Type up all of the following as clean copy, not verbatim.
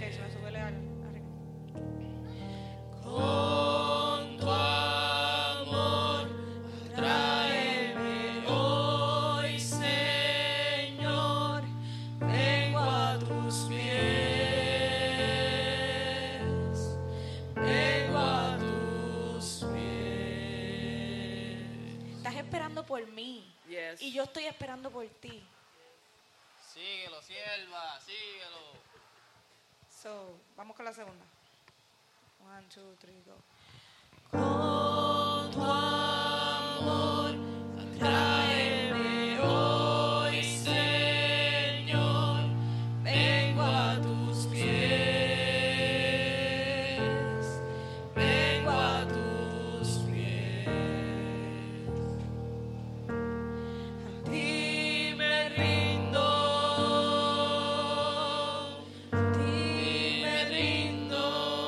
case, me súbele arriba. Con tu amor, tráeme hoy, Señor, vengo a tus pies, vengo a tus pies. Estás esperando por mí. Yes. Y yo estoy esperando por ti. Síguelo, sierva, síguelo. So, vamos con la segunda. 1, 2, 3, go. Con tu amor, tráeme hoy, Señor, vengo a tus pies, vengo a tus pies. A ti me rindo, a ti me rindo.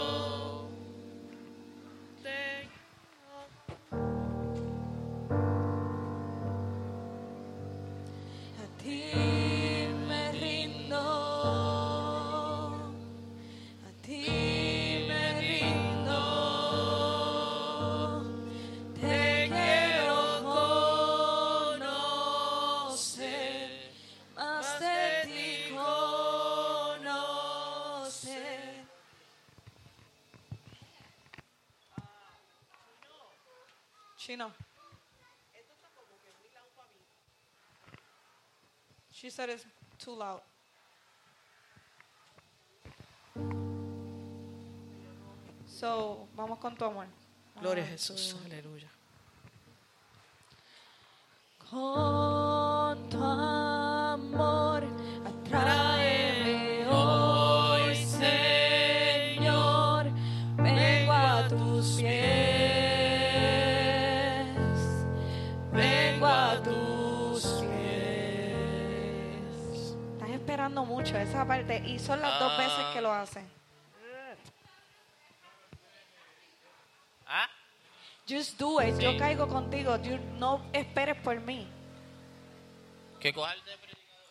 A ti me rindo, a ti me rindo, te quiero conocer, más de ti conocer. Chino. She said it's too loud. So, vamos con tu amor. Gloria a 1, Jesús, 2. aleluya. Con tu amor, atráeme hoy, Señor, vengo a tus pies, vengo a tus pies. Estás esperando mucho esa parte y son las 2 veces que lo hacen. ¿Ah? Just do it. Sí. Yo caigo contigo. No esperes por mí. ¿Qué coja el de predicador?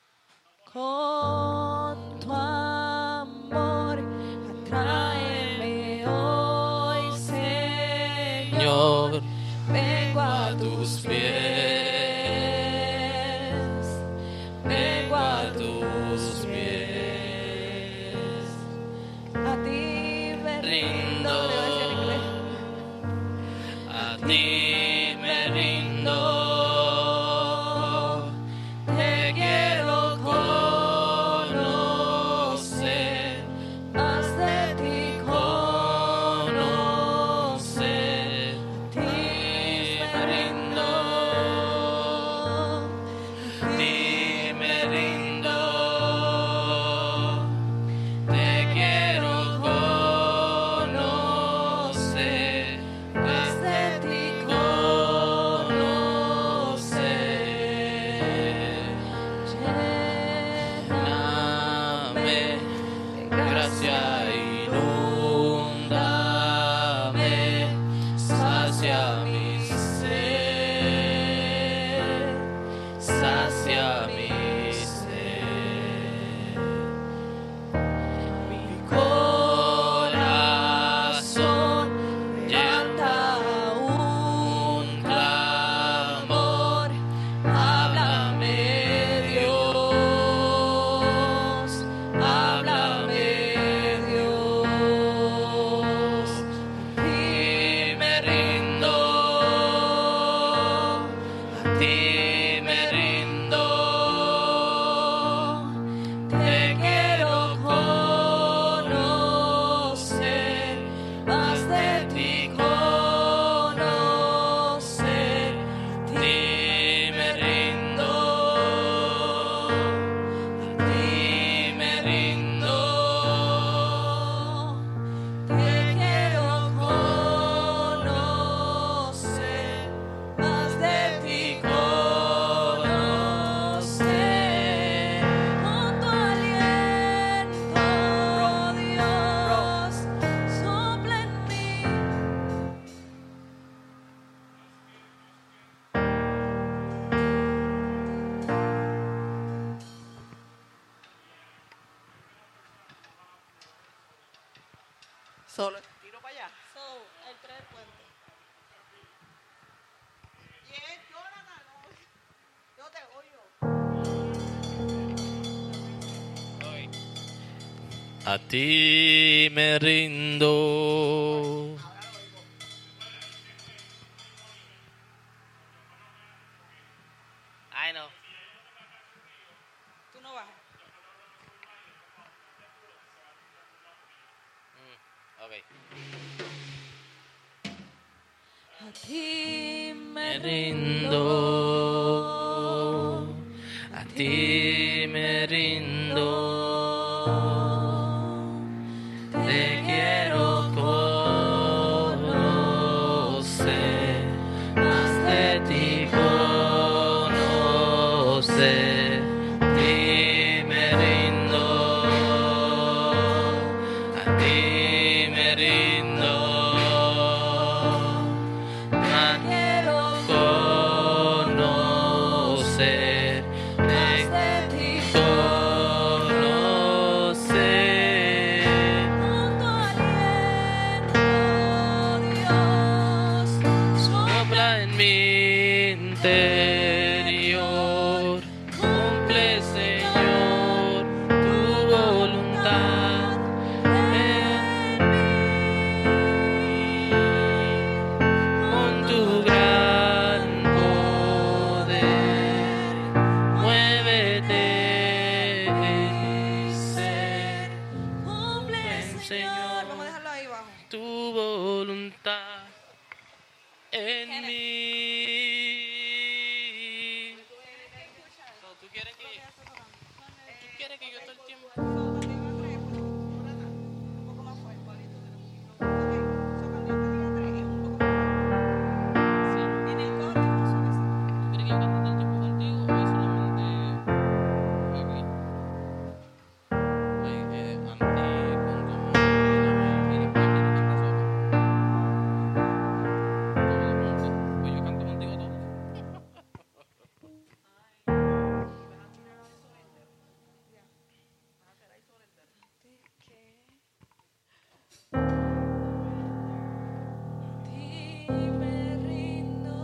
Con tu amor, atráeme hoy, Señor. Vengo a tus pies, vengo a tus pies. A ti me rindo. Le voy a decir en inglés. A ti me rindo, te quiero conocer, Más de ti conocer. a ti me rindo. A ti me rindo, te quiero conocer. Solo. Tiro para allá. El 3 del puente. Y es Jonathan, no. Yo te oigo. A ti me rindo. Ay, no. Tú no bajas. Ok. A ti Me rindo. A ti me rindo. Te quiero conocer, más de ti conocer. Ti me rindo, a ti me rindo, más quiero conocer, más de ti. conocer. Junto aliento, Dios. Sopla en mi interior, cumple, Señor, tu voluntad en mí. Con tu gran poder, muévete en mi ser, Cumple, Ven, Señor. Señor. Vamos a dejarlo ahí abajo. tu voluntad en mí. ¿Tú quieres que yo todo el tiempo? Un poco más fuerte. En el coro, suavecito. ¿Tú quieres que yo cante todo el tiempo contigo o es solamente aquí? Oye, con y después quiero cantar solo. Pues yo canto contigo todo. A ti me rindo.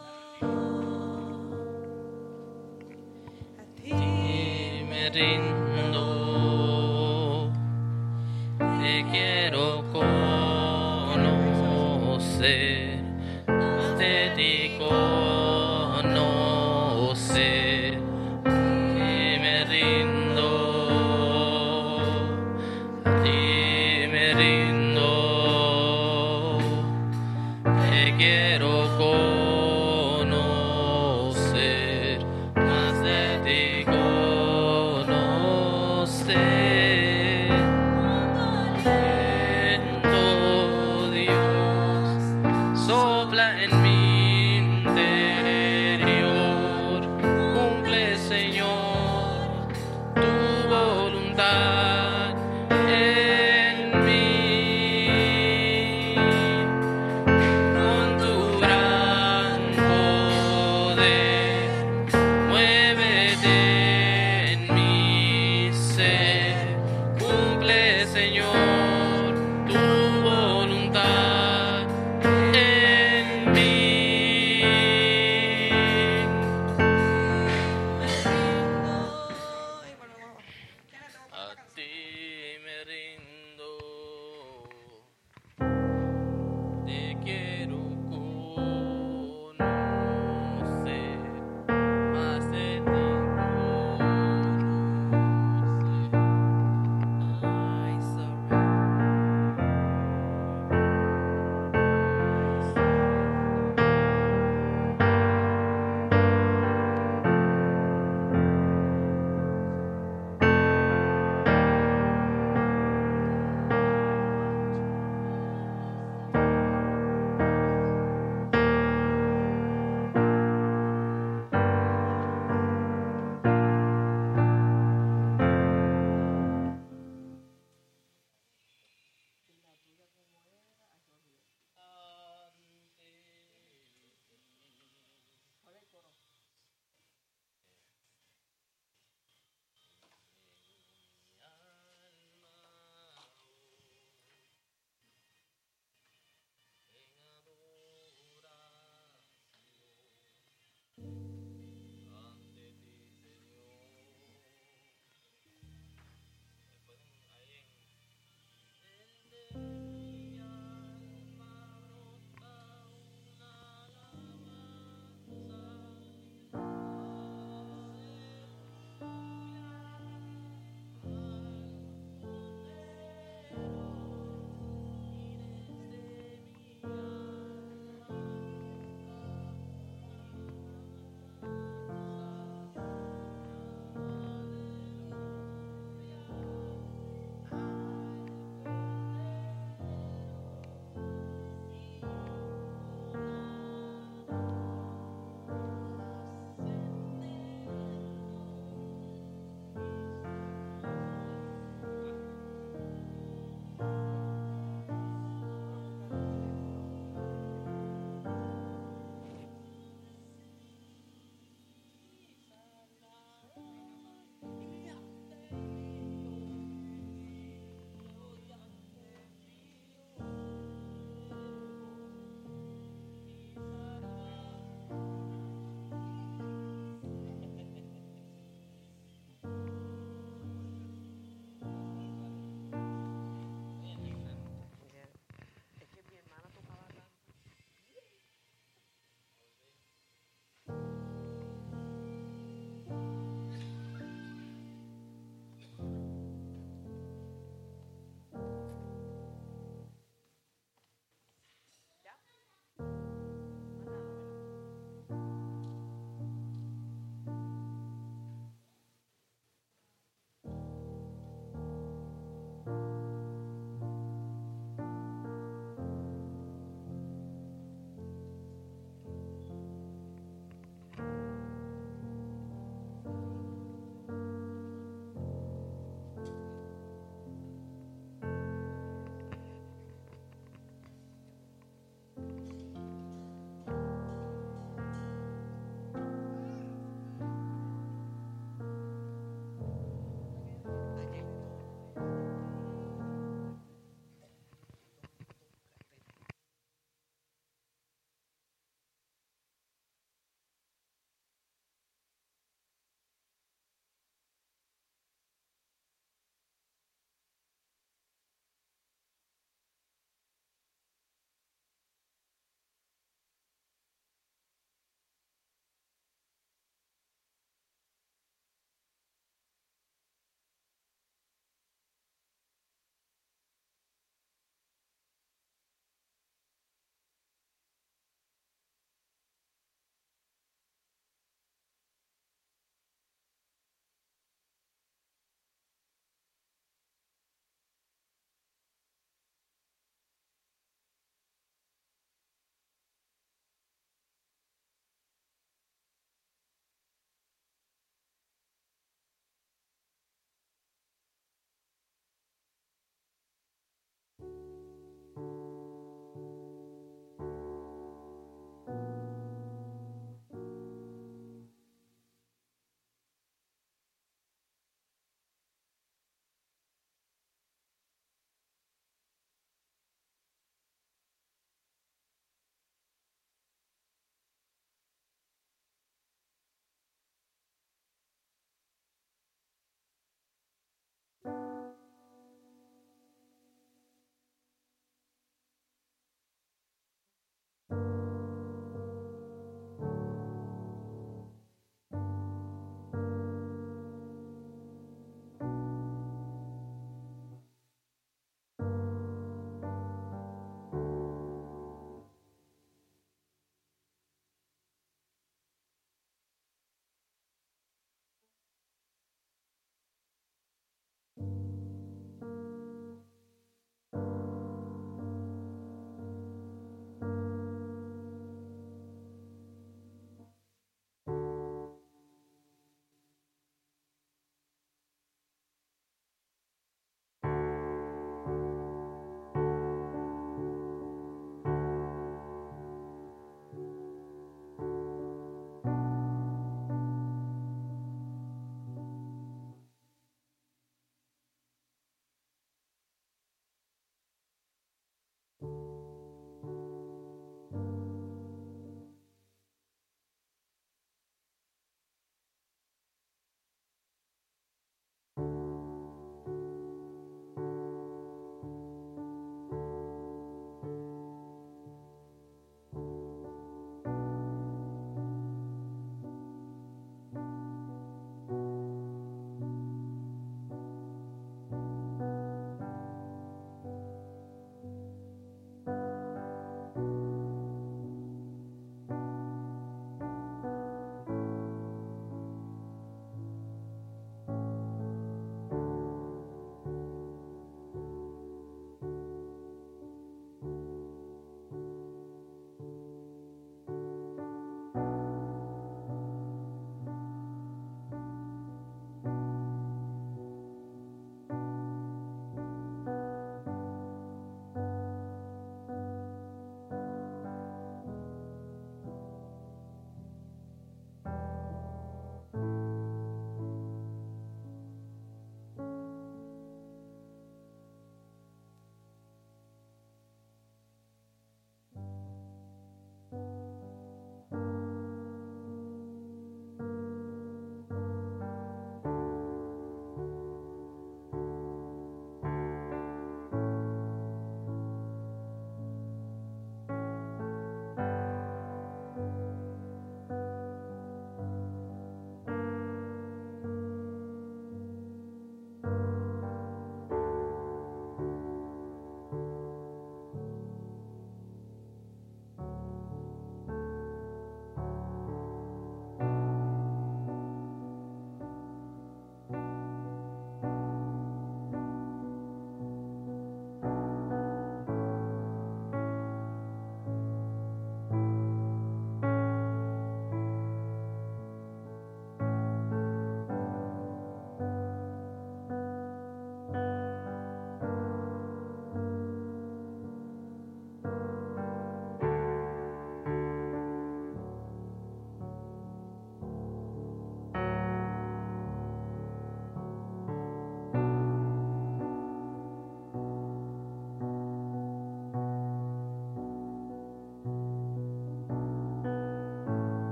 A ti Y me rindo, te quiero conocer, más de ti conocer. Y me rindo, a ti me rindo, te quiero conocer, más de ti conocer.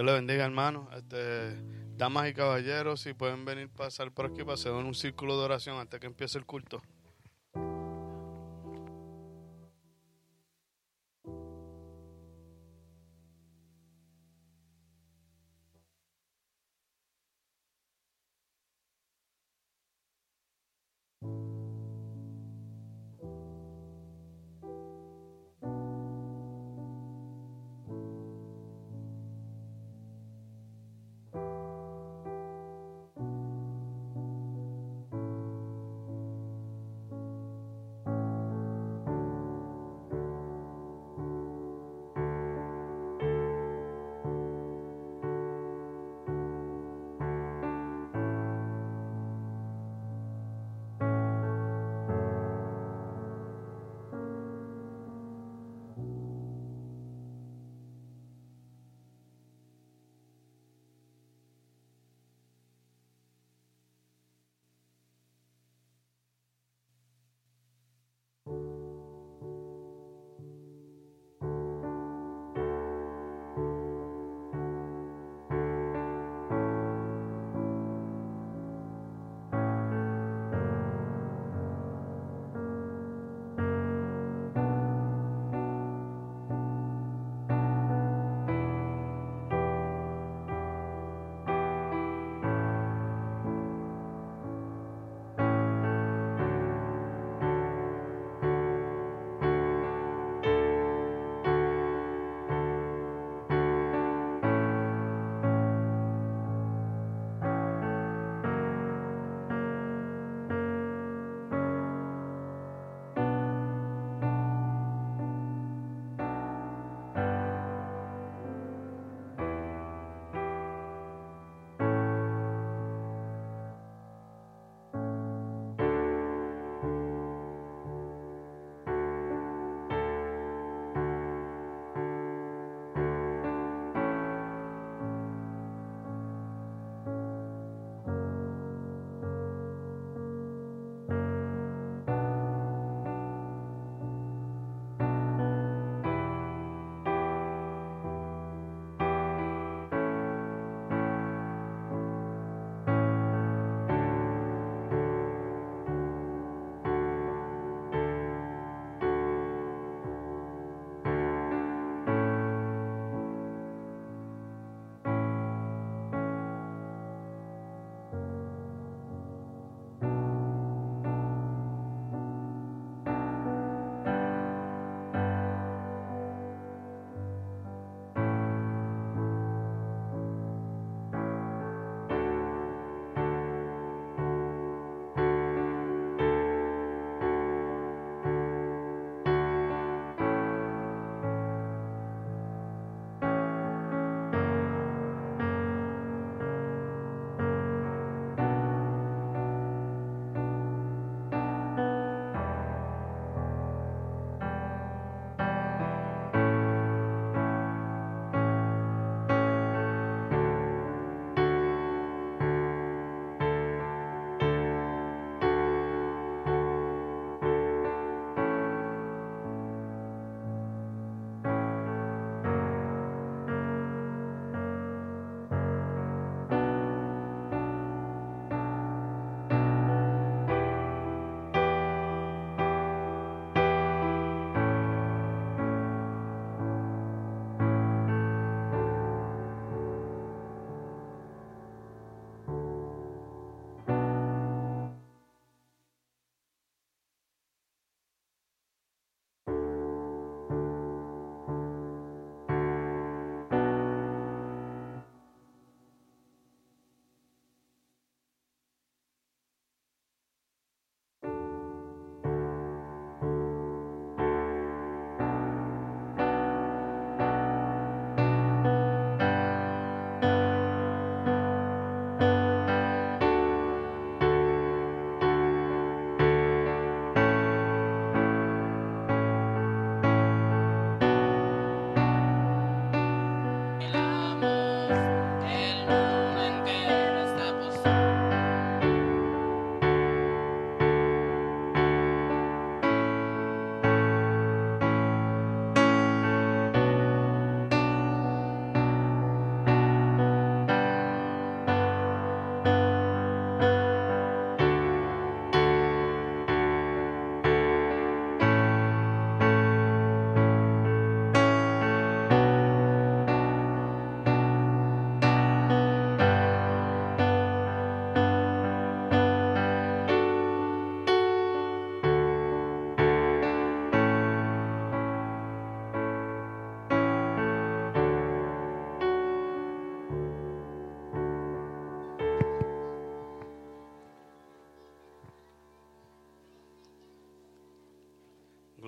Dios le bendiga, hermano. Damas y caballeros, si pueden venir pasar por aquí para hacer un círculo de oración antes que empiece el culto.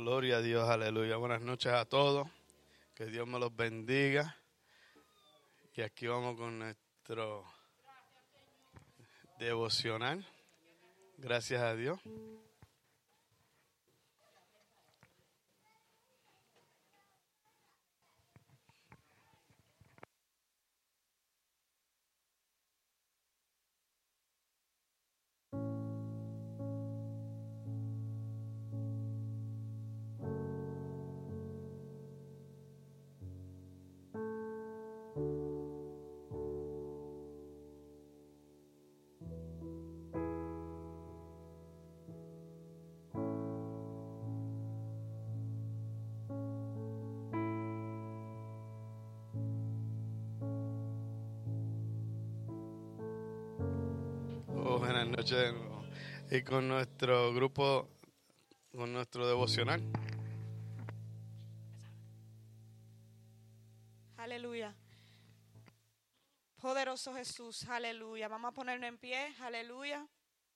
Gloria a Dios, aleluya. Buenas noches a todos. Que Dios me los bendiga. Y aquí vamos con nuestro devocional. Gracias a Dios. Buenas noches de nuevo. Y con nuestro grupo, con nuestro devocional. Aleluya. Poderoso Jesús, aleluya. Vamos a ponernos en pie, aleluya.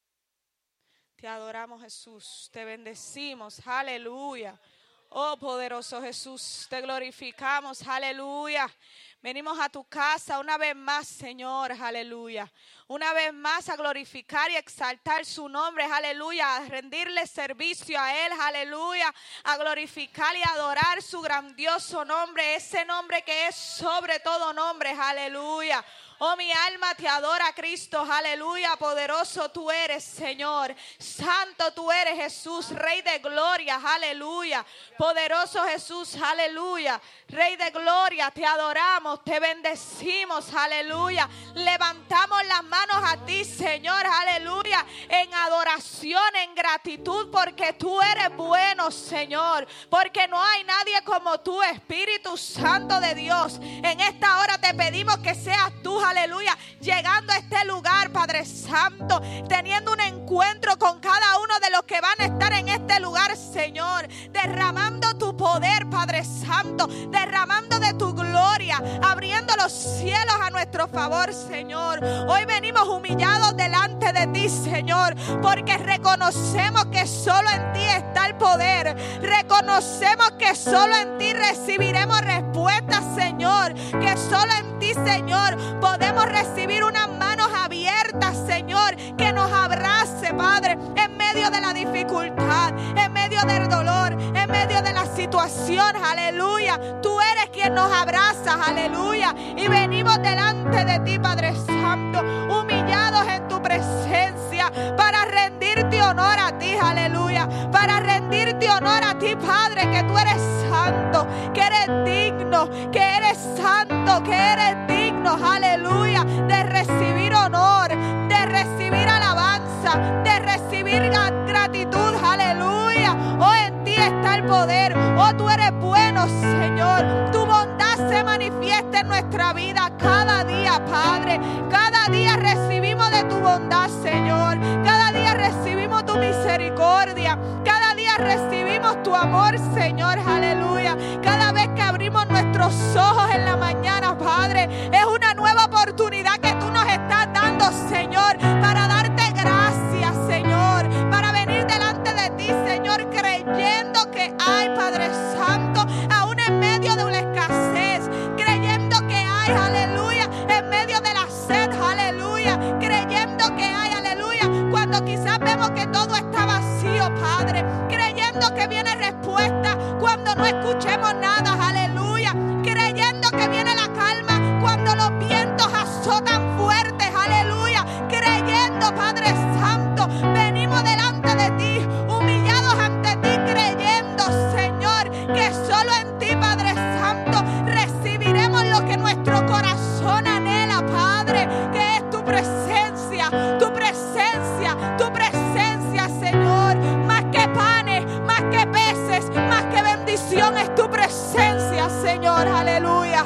Te adoramos, Jesús, te bendecimos, aleluya. Oh, poderoso Jesús, te glorificamos, aleluya. Venimos a tu casa una vez más, Señor, aleluya. Una vez más a glorificar y exaltar su nombre, aleluya. A rendirle servicio a Él, aleluya. A glorificar y adorar su grandioso nombre, ese nombre que es sobre todo nombre, aleluya. Oh, mi alma te adora, Cristo, aleluya. Poderoso tú eres, Señor. Santo tú eres, Jesús, Rey de gloria, aleluya. Poderoso Jesús, aleluya. Rey de gloria, te adoramos, te bendecimos, aleluya. Levantamos las manos a ti, Señor, aleluya. En adoración, en gratitud, porque tú eres bueno, Señor. Porque no hay nadie como tú, Espíritu Santo de Dios. En esta hora te pedimos que seas tú, aleluya, llegando a este lugar, Padre Santo, teniendo un encuentro con cada uno de los que van a estar en este lugar, Señor, derramando tu poder, Padre Santo, derramando de tu gloria, abriendo los cielos a nuestro favor, Señor. Hoy venimos humillados delante de ti, Señor, porque reconocemos que solo en ti está el poder, reconocemos que solo en ti recibiremos respuestas, Señor, que solo en ti, Señor, podemos recibir unas manos abiertas, Señor, que nos abrace, Padre, en medio de la dificultad, en medio del dolor, en medio de la situación, aleluya. Tú eres quien nos abraza, aleluya. Y venimos delante de ti, Padre Santo, humillados en tu presencia, para rendirte honor a ti, aleluya. Para rendirte honor a ti, Padre, que tú eres santo, que eres digno, que eres santo, que eres digno, aleluya, de recibir honor, de recibir alabanza, de recibir gratitud, aleluya. Oh, en ti está el poder. Oh, tú eres bueno, Señor. Tu bondad se manifiesta en nuestra vida cada día, Padre. Cada día recibimos de tu bondad, Señor. Cada día recibimos tu misericordia. Cada día recibimos tu amor, Señor, aleluya. Cada vez que abrimos nuestros ojos en la mañana, Padre, es una nueva oportunidad que tú nos estás dando, Señor, para darte gracias, Señor, para venir delante de ti, Señor, creyendo que hay, Padre Santo, aún en medio de una escasez, creyendo que hay, aleluya, en medio de la sed, aleluya, creyendo que hay, aleluya, cuando quizás vemos que todo está vacío, Padre, creyendo que viene respuesta cuando no escuchemos nada, aleluya, creyendo que viene la calma cuando los vientos azotan fuertes, aleluya, creyendo, Padre Santo, venimos delante de ti, humillados ante ti, creyendo, Señor, que solo en ti, Padre Santo, recibiremos lo que nuestro corazón anhela, Padre, que es tu presencia, tu presencia, tu presencia, Señor, más que panes, más que peces, más que bendición, es tu presencia, Señor, aleluya.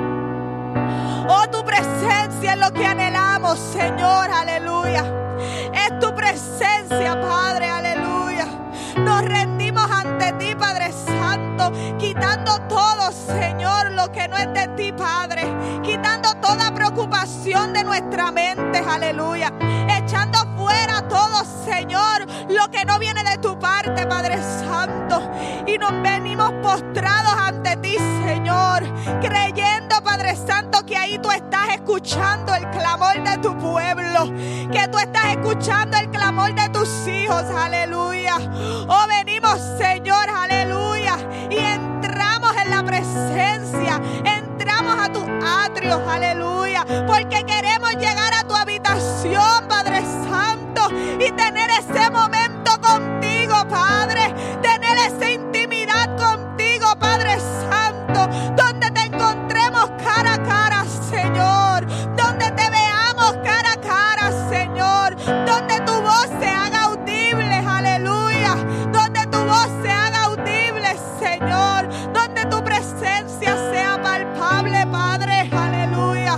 Oh, tu presencia es lo que anhelamos, Señor, aleluya. Es tu presencia, Padre, aleluya. Nos rendimos ante ti, Padre Santo, quitando todo, Señor, lo que no es de ti, Padre, quitando toda preocupación de nuestra mente, aleluya, echando fuera todo, Señor, lo que no viene de tu parte, Padre Santo, y y nos venimos postrados ante ti, Señor, creyendo, Padre Santo, que ahí tú estás escuchando el clamor de tu pueblo, que tú estás escuchando el clamor de tus hijos, aleluya. Oh, venimos, Señor, aleluya, y entramos en la presencia, entramos a tus atrios, aleluya, porque queremos llegar a tu habitación, Padre Santo, y tener ese momento contigo, Padre, tener esa intimidad contigo, Padre Santo, donde te encontremos cara a cara, Señor, donde te veamos cara a cara, Señor, donde tu voz se haga audible, aleluya, donde tu voz se haga audible, Señor, donde tu presencia sea palpable, Padre, aleluya,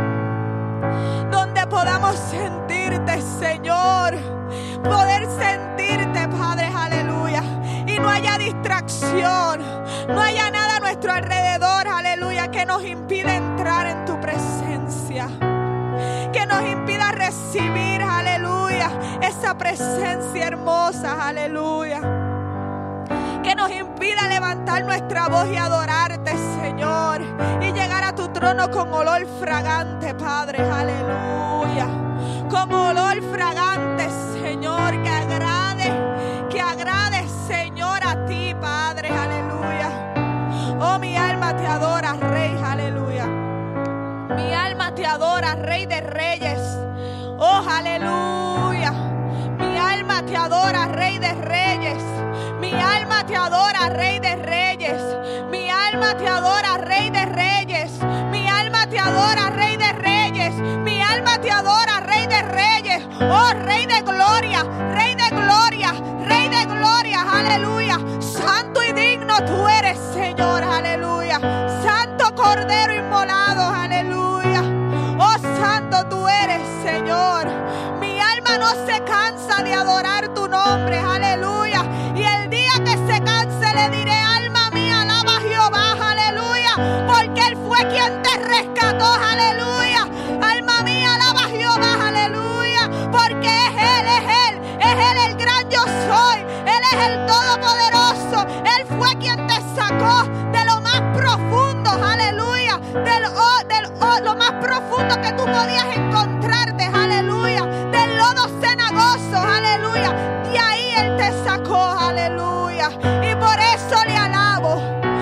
donde podamos sentirte, Señor, poder sentirte, Padre, aleluya, y no haya distracción, no haya nada a nuestro alrededor, aleluya, que nos impida entrar en tu presencia, que nos impida recibir, aleluya, esa presencia hermosa, aleluya, que nos impida levantar nuestra voz y adorarte, Señor, y llegar a tu trono con olor fragante, Padre, aleluya, con olor fragante, Señor, que agrade, Señor, a ti, Padre, aleluya. Oh, mi alma te adora, Rey, aleluya. Mi alma te adora, Rey de Reyes. Oh, aleluya. Mi alma te adora, Rey de Reyes. Mi alma te adora, Rey de Reyes. Mi alma te adora, Rey de Reyes. Mi alma te adora, Rey de Reyes. Mi alma te adora, Rey de Reyes. Oh, Rey de gloria, Rey de gloria, Rey de gloria, aleluya. Santo y digno tú eres, Señor, aleluya. Santo Cordero inmolado, aleluya. Oh, santo tú eres, Señor. Mi alma no se cansa de adorar tu nombre, aleluya. Y el día que se canse le diré, alma mía, alaba a Jehová, aleluya, porque Él fue quien te rescató, aleluya. Alma mía, alaba a Jehová, aleluya, porque es Él el gran yo soy, Él es el todopoderoso, Él fue quien te sacó de lo más profundo, aleluya, lo más profundo que tú podías encontrarte, aleluya, del lodo cenagoso, aleluya, de ahí Él te sacó, aleluya, y por eso le alabo,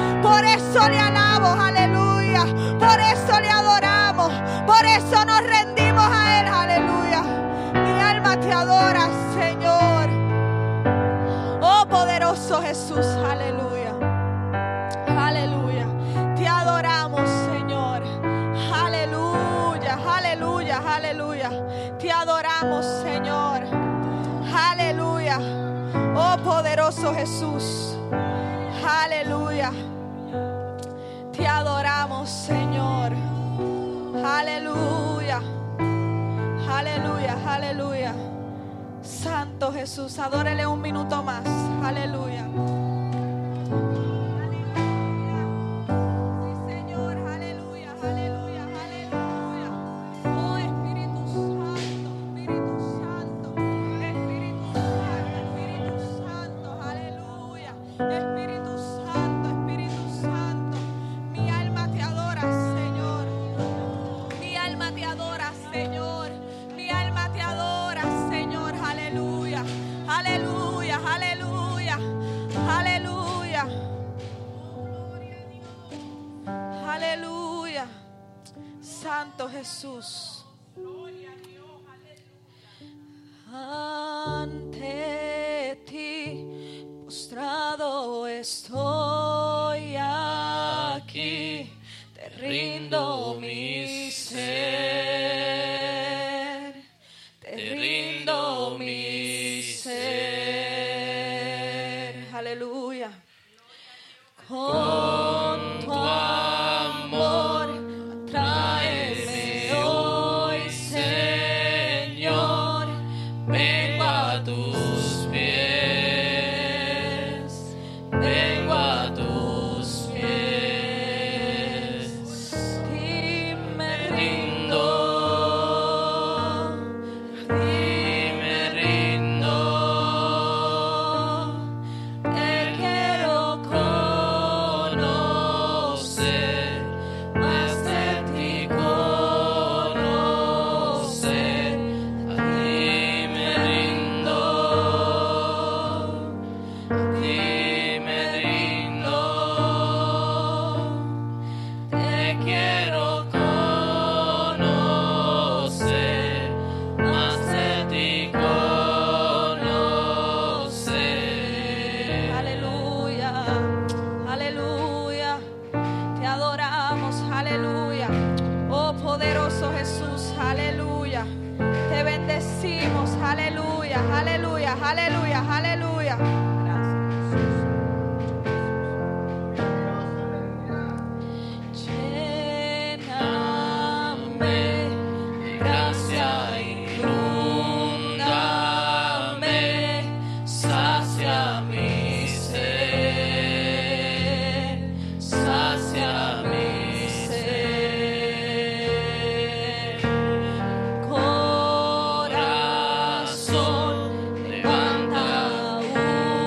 aleluya, por eso le adoramos, por eso nos rendimos a Él, aleluya. Mi alma te adora, Señor. Oh, poderoso Jesús, aleluya, aleluya, te adoramos, Señor, aleluya, aleluya, aleluya, te adoramos, Señor, aleluya. Oh, poderoso Jesús, aleluya, te adoramos, Señor, aleluya, aleluya, aleluya. Santo Jesús, adórele un minuto más, aleluya. Sí, Señor, aleluya, aleluya, aleluya. Oh, Espíritu Santo, Espíritu Santo, Espíritu Santo, Espíritu Santo, aleluya. Espíritu Santo, Espíritu Santo. Mi alma te adora, Señor. Mi alma te adora, Señor. Mi alma te adora, Señor. Aleluya. Aleluya, aleluya. Aleluya. Aleluya. Santo Jesús. Ante ti postrado estoy aquí, te rindo mi ser, te rindo mi ser, aleluya. Con tu amor tráeme hoy, Señor, vengo a tus pies, vengo a tus pies, y me rindo, te quiero aleluya, aleluya, aleluya, aleluya. Lléname de gracia, inúndame, sacia mi ser, sacia mi ser. Corazón, levanta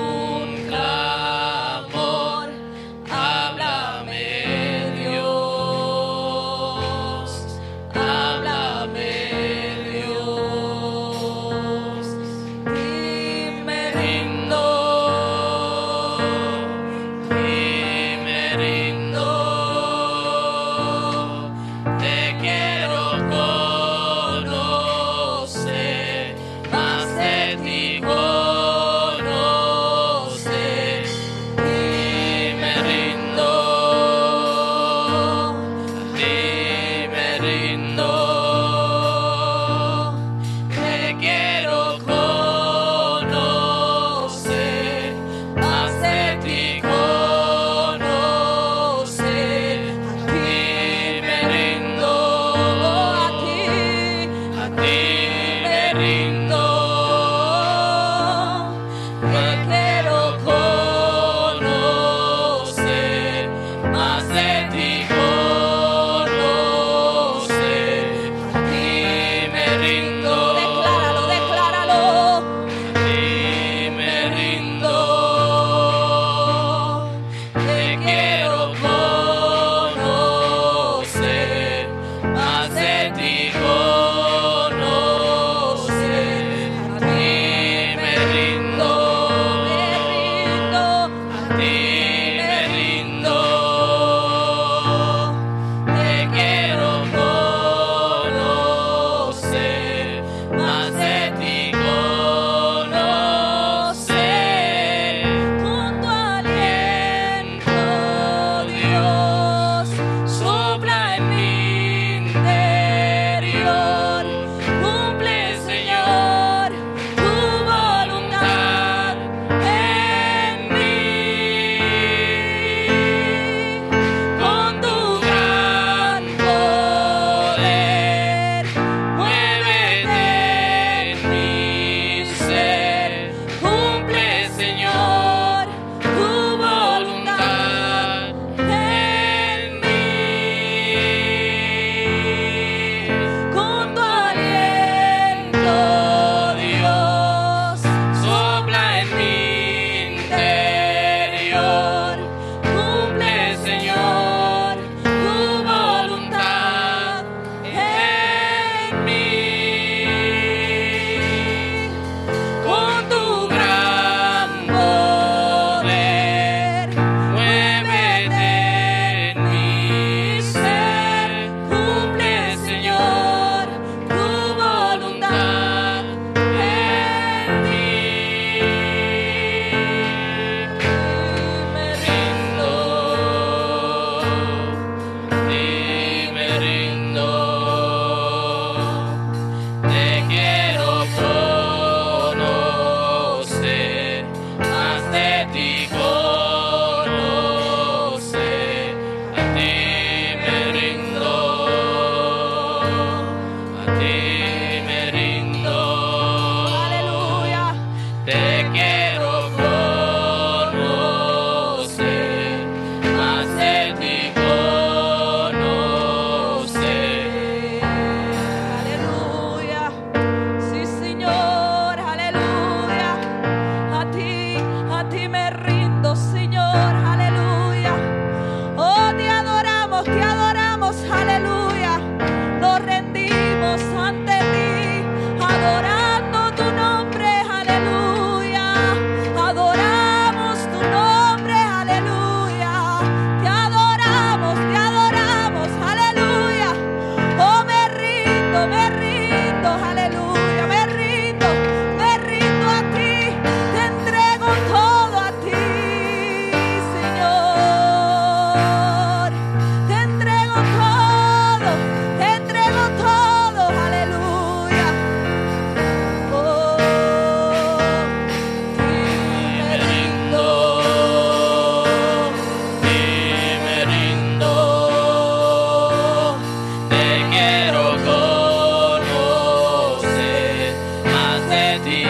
ti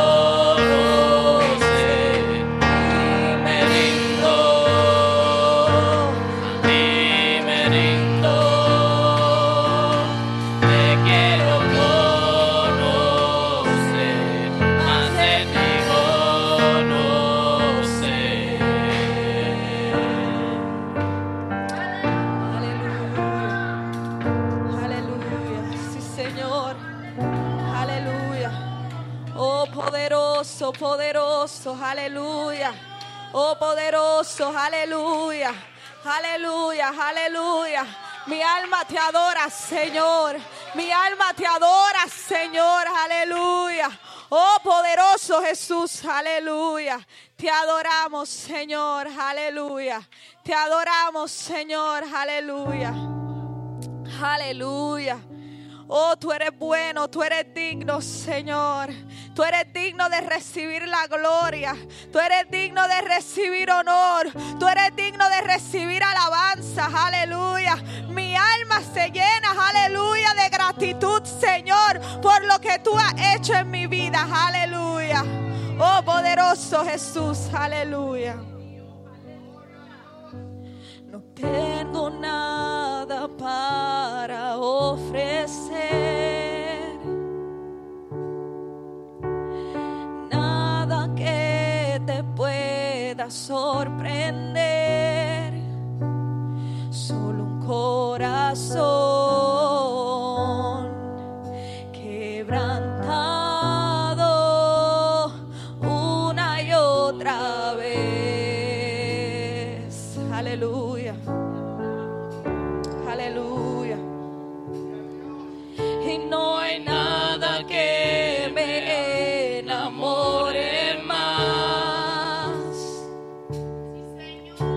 conocer. Me rindo, a ti me rindo. Te quiero conocer, más de ti conocer. Aleluya. Aleluya. Sí, Señor. Aleluya. Oh, poderoso, poderoso. Aleluya. Oh, poderoso. Aleluya. Aleluya. Aleluya. Mi alma te adora, Señor. Mi alma te adora, Señor. Aleluya. Oh, poderoso Jesús. Aleluya. Te adoramos, Señor. Aleluya. Te adoramos, Señor. Aleluya. Aleluya. Oh, tú eres bueno, tú eres digno, Señor. Tú eres digno de recibir la gloria. Tú eres digno de recibir honor. Tú eres digno de recibir alabanza. Aleluya. Mi alma se llena, aleluya, de gratitud, Señor, por lo que tú has hecho en mi vida. Aleluya. Oh, poderoso Jesús. Aleluya. No tengo nada para ofrecer, nada que te pueda sorprender, solo un corazón quebrantado una y otra vez. Aleluya. Aleluya. Y no hay nada que me enamore más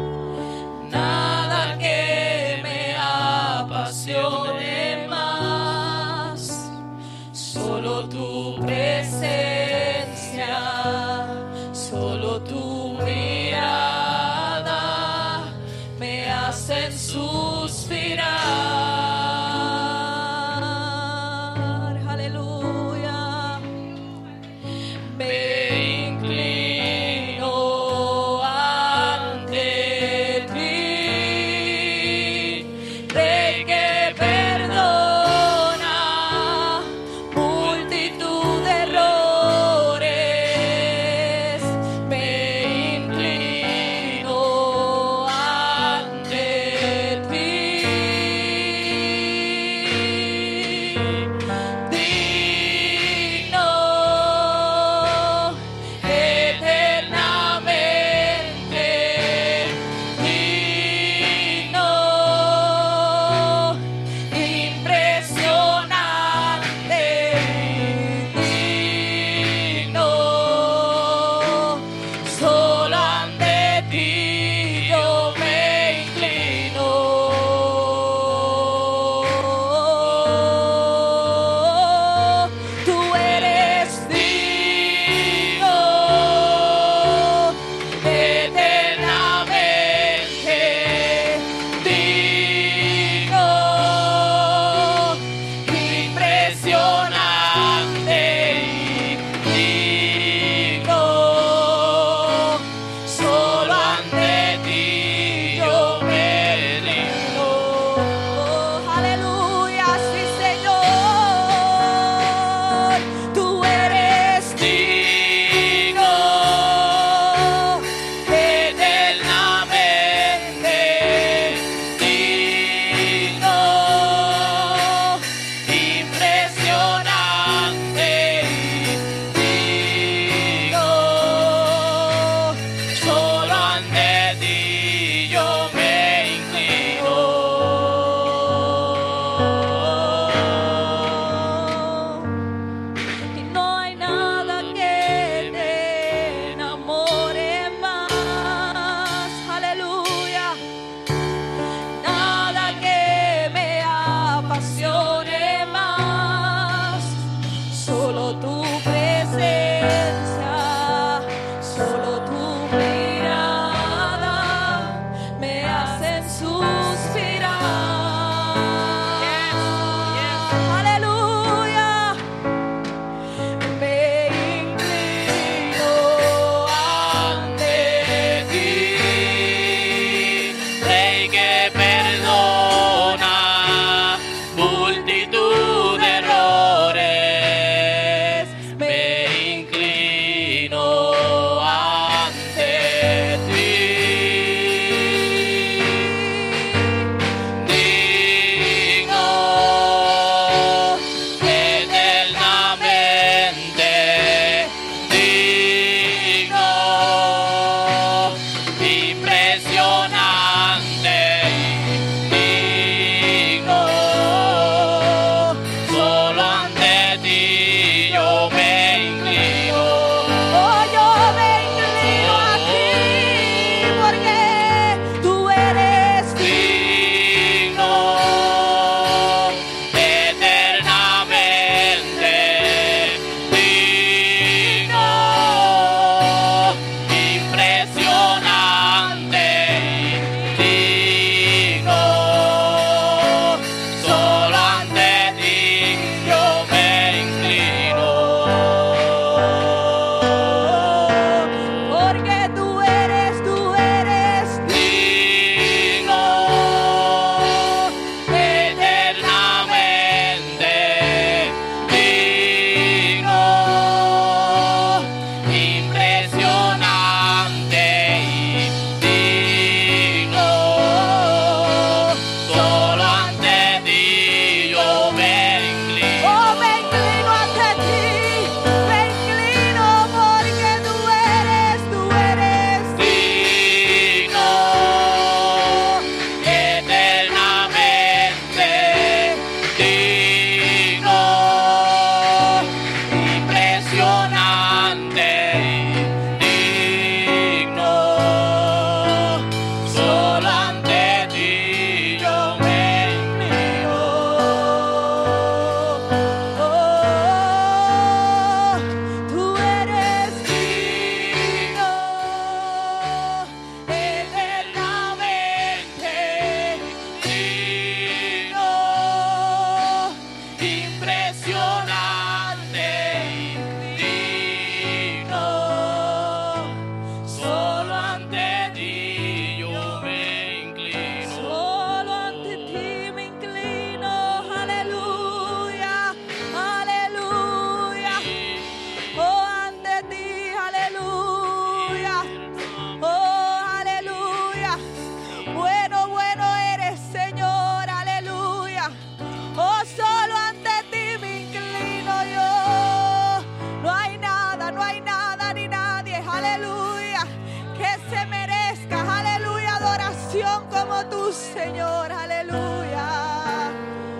adoración como tú, Señor. Aleluya.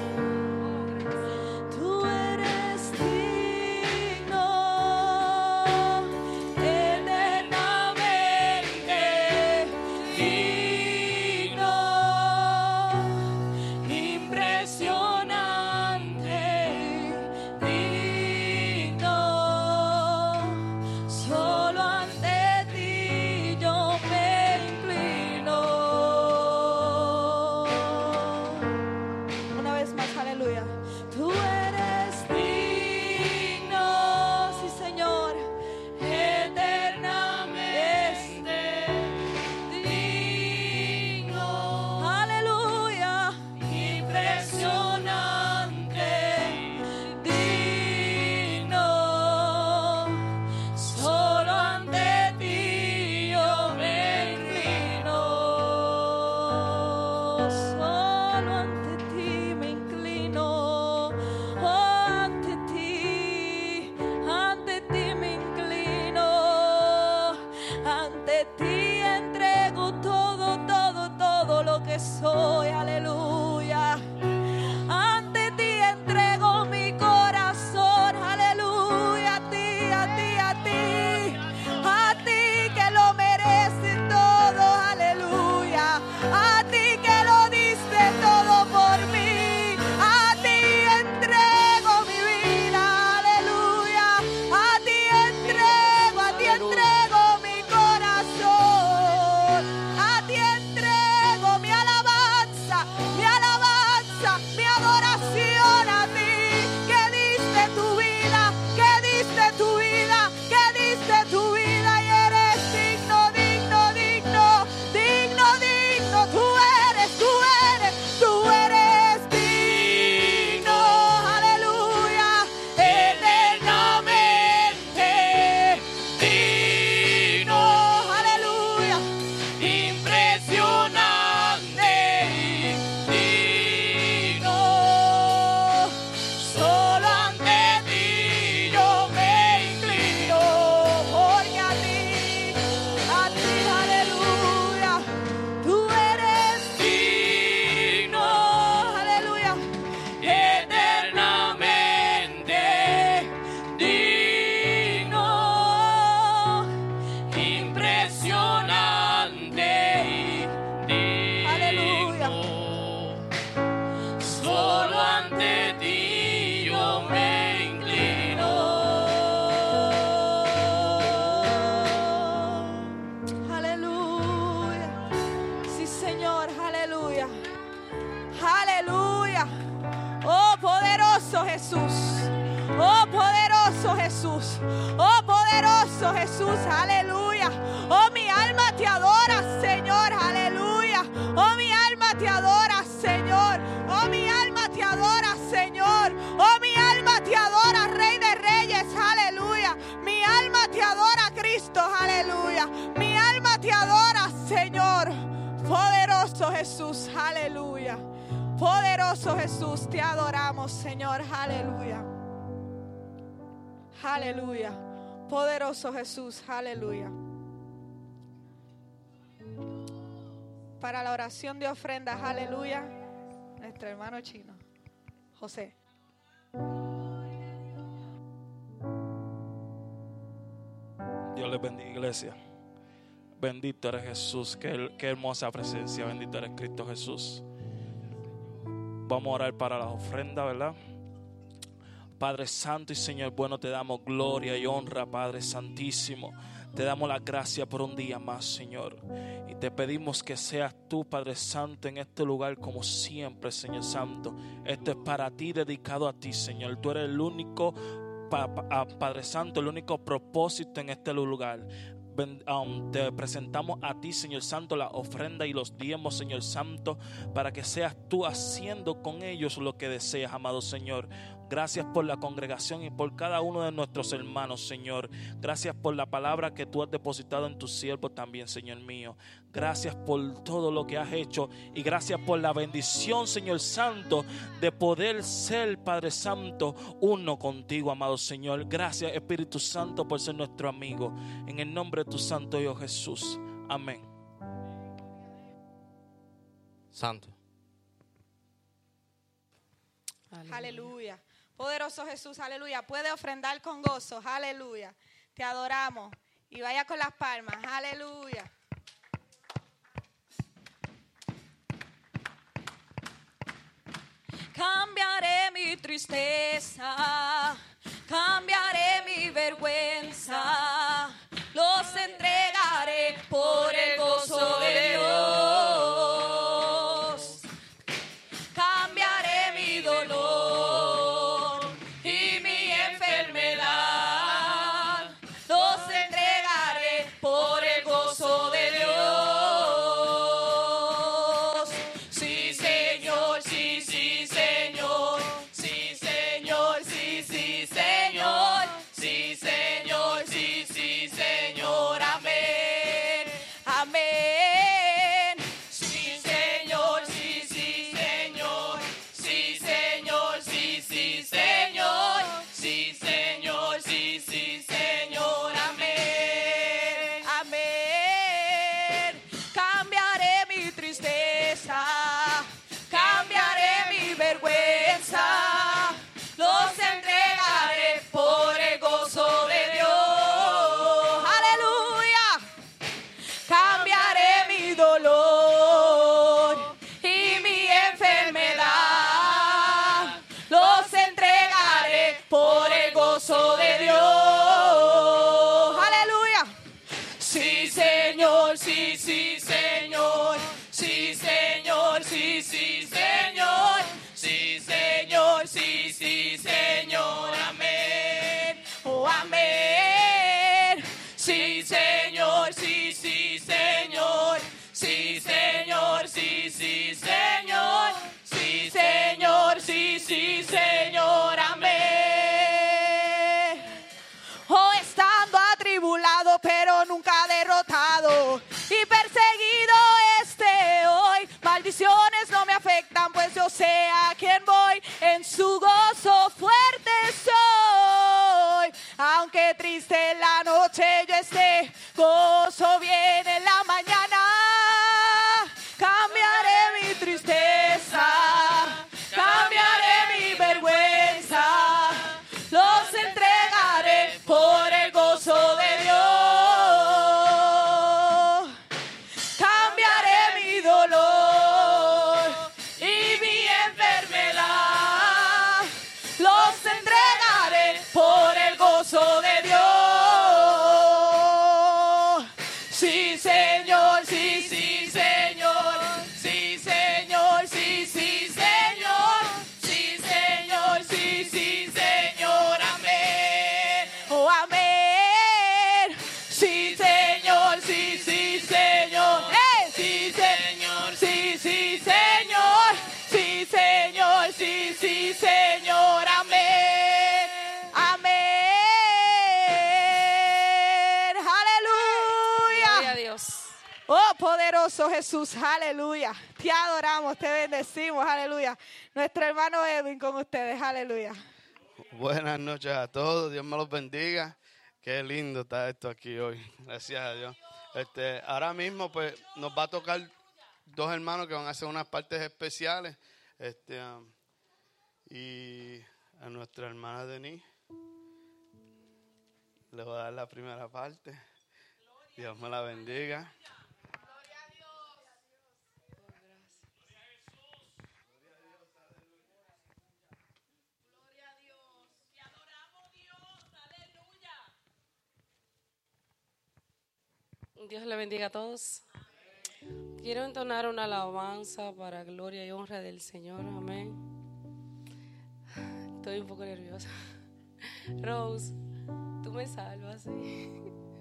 Tú eres digno, eternamente digno, impresionante, digno. Solo ante ti yo me inclino. Una vez más, aleluya. Tú eres digno, sí, Señor, eternamente digno. Aleluya, impresionante, digno. Solo ante ti yo me inclino. Solo ante ti me inclino. Oh, ante ti me inclino. Ante ti entrego todo, todo, todo lo que soy. Aleluya. Ante ti entrego mi corazón. Aleluya. A ti, a ti, a ti. A ti que lo mereces todo. Aleluya. A ti que lo diste todo por mí. A ti entrego mi vida. Aleluya. A ti entrego mi corazón. A ti entrego mi alabanza, mi alabanza, mi adoración a ti, que diste tu vida, que diste tu vida, que diste tu vida y eres digno, digno, digno, digno, digno. Tú eres digno, aleluya, eternamente digno, aleluya, impresionante, digno. Solo ante ti yo me inclino, porque a ti, aleluya, tú eres digno, aleluya, eternamente digno, impresionante, aleluya. Solo ante ti yo me inclino. Aleluya. Sí, Señor, aleluya. Aleluya. Oh, poderoso Jesús. Oh, poderoso Jesús. Oh, poderoso Jesús. Aleluya. Oh, mi alma te adora, Señor. Aleluya. Oh, mi alma te adora, Señor. Oh, mi alma te adora, Señor. Oh, mi alma te adora, Rey de Reyes. Aleluya. Mi alma te adora, Cristo. Aleluya. Mi alma te adora, Señor. Poderoso Jesús. Aleluya. Poderoso Jesús, te adoramos, Señor. Aleluya. Aleluya. Poderoso Jesús. Aleluya. Para la oración de ofrendas, aleluya, nuestro hermano chino, José. Dios les bendiga, iglesia. Bendito eres Jesús. Qué hermosa presencia. Bendito eres Cristo Jesús. Vamos a orar para la ofrenda, ¿verdad? Padre Santo y Señor bueno, te damos gloria y honra, Padre Santísimo. Te damos la gracia por un día más, Señor. Y te pedimos que seas tú, Padre Santo, en este lugar como siempre, Señor Santo. Esto es para ti, dedicado a ti, Señor. Tú eres el único, Padre Santo, el único propósito en este lugar. Te presentamos a ti, Señor Santo, la ofrenda y los diezmos, Señor Santo, para que seas tú haciendo con ellos lo que deseas, amado Señor. Gracias por la congregación y por cada uno de nuestros hermanos, Señor. Gracias por la palabra que tú has depositado en tu siervo también, Señor mío. Gracias por todo lo que has hecho y gracias por la bendición, Señor Santo, de poder ser, Padre Santo, uno contigo, amado Señor. Gracias, Espíritu Santo, por ser nuestro amigo. En el nombre de tu Santo Hijo Jesús. Amén. Santo. Aleluya. Poderoso Jesús, aleluya. Puede ofrendar con gozo, aleluya. Te adoramos. Y vaya con las palmas, aleluya. Cambiaré mi tristeza, cambiaré mi vergüenza, los entregaré por el gozo de Dios. Cambiaré mi dolor y mi enfermedad, los entregaré por el gozo de Dios. Sí, Señor, sí, sí, Señor, sí, Señor, sí, sí, Señor, sí, Señor, sí, sí, Señor, amén, amén. Sí, Señor, sí, sí, Señor, sí, Señor, sí, sí, Señor, sí, Señor, sí, sí, Señor, amén, amén. Cambiaré mi tristeza, cambiaré mi vergüenza, los entregaré por el gozo de Dios. Aleluya. Cambiaré mi dolor y mi enfermedad, los entregaré por el gozo de Dios. Aleluya. Sí, Señor, sí, sí, Señor, sí, Señor, sí, sí, Señor, sí, Señor, sí, sí, Señor, amén, oh, amén. Sí, Señor, sí, sí, Señor, sí, Señor, sí, sí, Señor, sí, Señor, sí, sí, Señor, amén. Oh, estando atribulado, pero nunca derrotado y perseguido hoy, maldiciones no me afectan, pues yo sé a quién voy, en su gozo fuerte soy. Aunque triste en la noche yo esté, gozo viene en la mañana. Cambiaré mi tristeza, cambiaré mi vergüenza, los entregaré por el gozo de Dios. Cambiaré mi dolor y mi enfermedad, los entregaré por el gozo de Dios. Sí, Señor, sí, sí, Señor, sí, Señor, sí, sí, Señor, sí, Señor, sí, sí, Señor, amén, oh, amén. Sí, Señor, sí, sí, Señor, sí, Señor, sí, sí, Señor, sí, Señor, sí, sí, Señor, amén, amén, aleluya. Gloria a Dios. Oh, poderoso Jesús, aleluya. Te adoramos, te bendecimos, aleluya. Nuestro hermano Edwin con ustedes, aleluya. Buenas noches a todos, Dios me los bendiga. Qué lindo está esto aquí hoy, gracias a Dios. Ahora mismo pues nos va a tocar dos hermanos que van a hacer unas partes especiales. Y a nuestra hermana Denise le voy a dar la primera parte. Dios me la bendiga. Dios le bendiga a todos. Quiero entonar una alabanza para gloria y honra del Señor. Amén. Estoy un poco nerviosa. Rose, tú me salvas, ¿sí?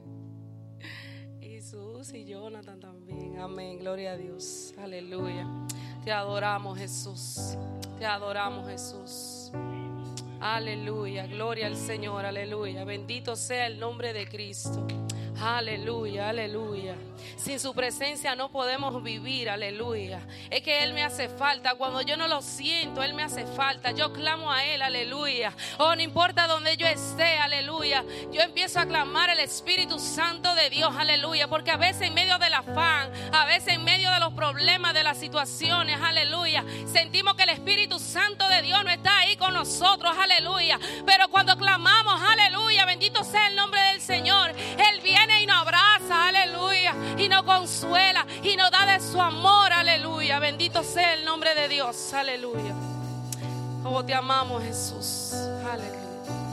Y Sus y Jonathan también. Amén. Gloria a Dios. Aleluya. Te adoramos, Jesús. Te adoramos, Jesús. Aleluya. Gloria al Señor. Aleluya. Bendito sea el nombre de Cristo. Aleluya, aleluya. Sin su presencia no podemos vivir, aleluya. Es que Él me hace falta. Cuando yo no lo siento, Él me hace falta. Yo clamo a Él, aleluya. Oh, no importa donde yo esté, aleluya. Yo empiezo a clamar el Espíritu Santo de Dios, aleluya. Porque a veces en medio del afán, a veces en medio de los problemas, de las situaciones, aleluya, sentimos que el Espíritu Santo de Dios no está ahí con nosotros, aleluya. Pero cuando clamamos, aleluya, bendito sea el nombre del Señor, Él viene y nos abraza, aleluya, y nos consuela y nos da de su amor, aleluya. Bendito sea el nombre de Dios, aleluya. Como te amamos, Jesús, aleluya.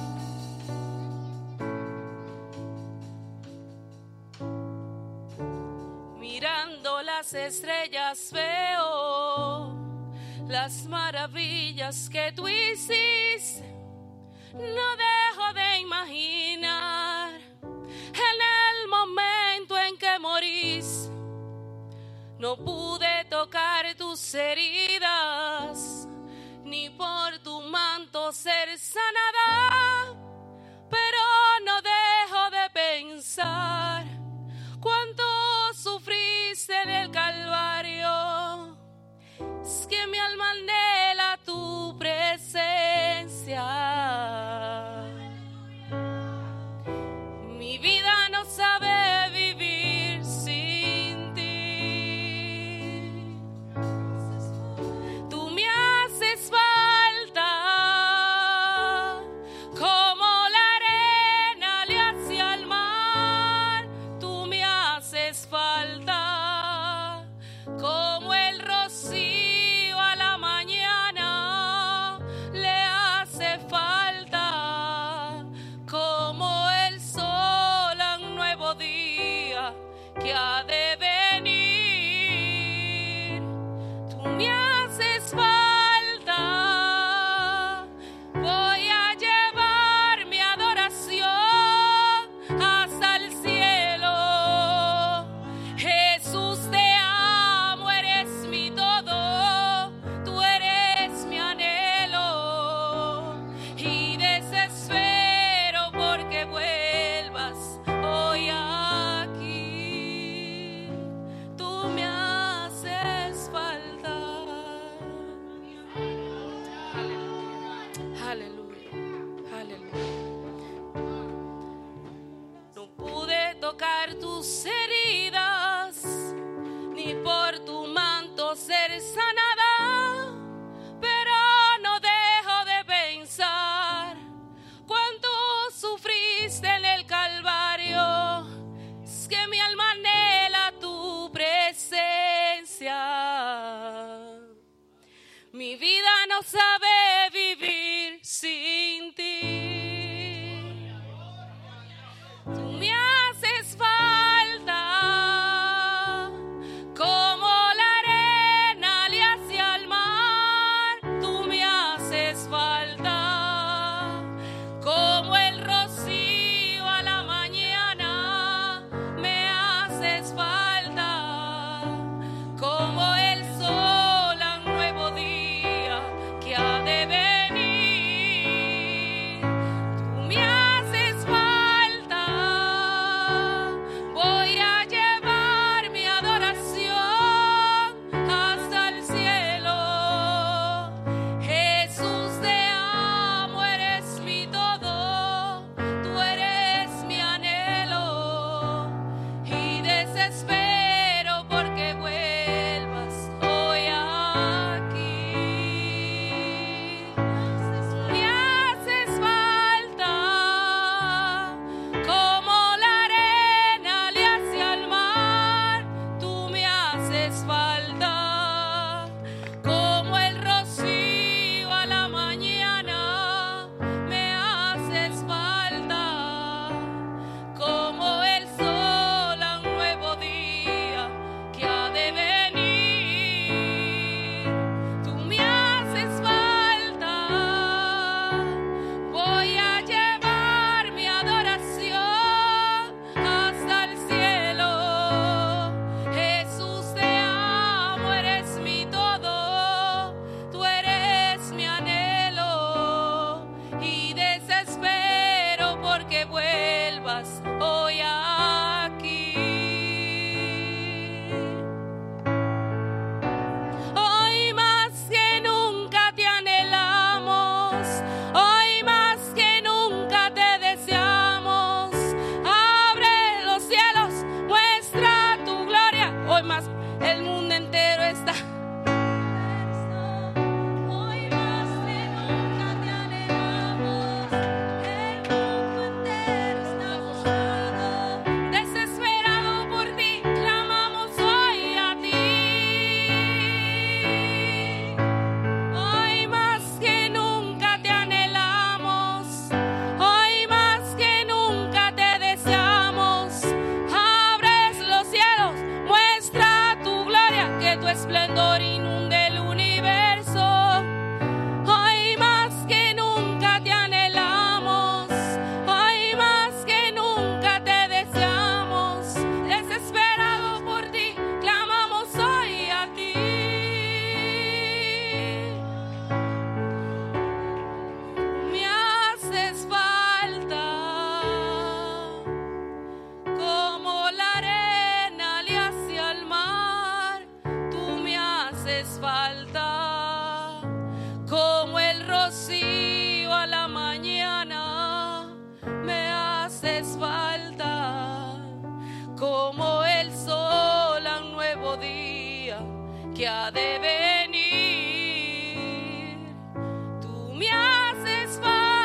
Mirando las estrellas veo las maravillas que tú hiciste. No dejo de imaginar en el momento en que morís. No pude tocar tus heridas, ni por tu manto ser sanada, pero no dejo de pensar cuánto sufriste en el Calvario. Es que mi alma anhela tu presencia. Mi vida no sabe vivir sin ti. Tú me haces falta como la arena le hace al mar. Tú me haces falta como el rocío a la mañana le hace falta, como el sol a un nuevo día que ha de venir. Tú me haces falta. Voy a llevar mi adoración hasta el cielo. Jesús, te amo, eres mi todo, tú eres mi anhelo, y desespero porque vuelvas hoy aquí. Tú me haces falta. Aleluya, aleluya. No pude tocar tus heridas, ni por tu manto ser sanada, pero no dejo de pensar cuánto sufriste en el Calvario. Es que mi alma anhela tu presencia. Mi vida no sabe vivir sin ti. Tú me haces falta como la arena le hace al mar. Tú me haces falta como el rocío a la mañana. Me haces falta como el sol a un nuevo día que ha ha de venir. Tú me haces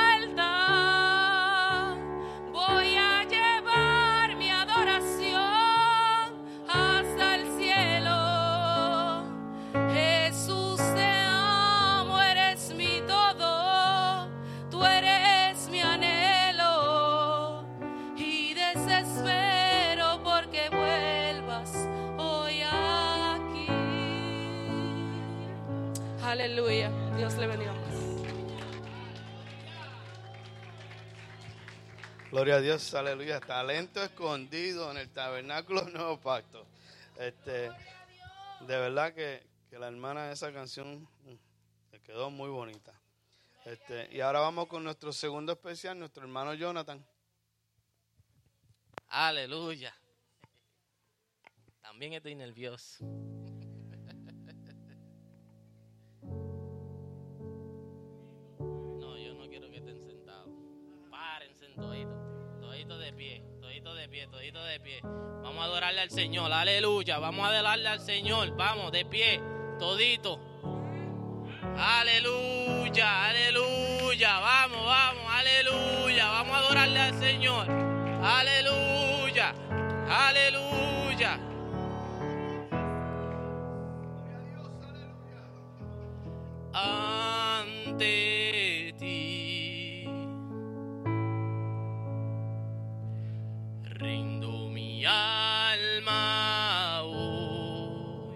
falta, voy a llevar mi adoración hasta el cielo. Jesús, te amo, eres mi todo, tú eres mi anhelo y desespero porque vuelvas hoy aquí. Aleluya, Dios le bendiga más. Gloria a Dios, aleluya. Talento escondido en el tabernáculo Nuevo Pacto. De verdad que la hermana de esa canción le quedó muy bonita. Y ahora vamos con nuestro segundo especial, nuestro hermano Jonathan. Aleluya. También estoy nervioso. No, yo no quiero que estén sentados. Párense toditos. Toditos de pie. Toditos de pie. Toditos de pie. Vamos a adorarle al Señor. Aleluya. Vamos a adorarle al Señor. Vamos, de pie. Toditos. Aleluya. Aleluya. Vamos, vamos. Aleluya. Vamos a adorarle al Señor. Aleluya. Aleluya. Ante ti rindo mi alma hoy.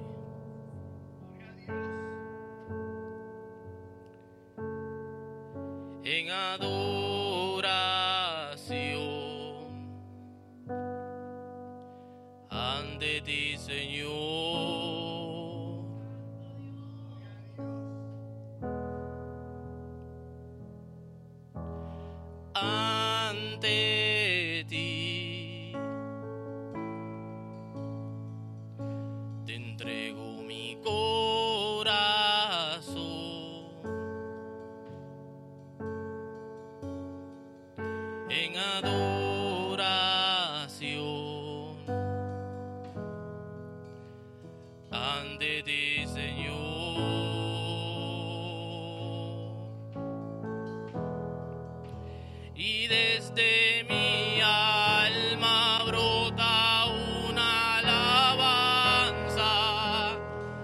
En adoración ante ti, Señor. Ante ti te entrego mi corazón. En adoración ante ti, Señor. Y desde mi alma brota una alabanza.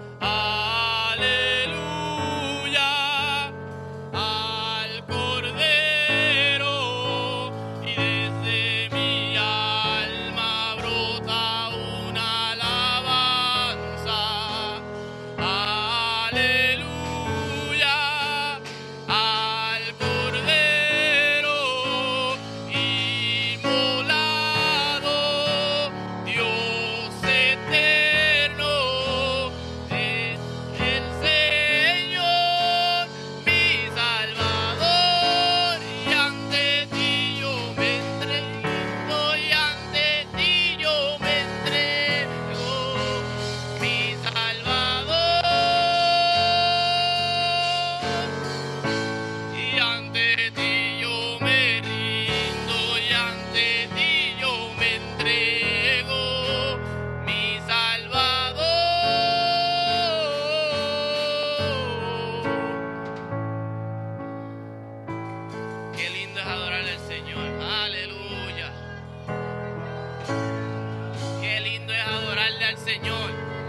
Aleluya al Cordero. Y desde mi alma brota una alabanza. Aleluya al Cordero inmolado, Dios eterno, es el Señor, mi Salvador, y ante ti yo me entrego, y ante ti yo me entrego, mi Salvador, y ante ti yo me rindo, y ante ti yo me entrego, mi Salvador. Qué lindo es adorarle al Señor, aleluya. Qué lindo es adorarle al Señor,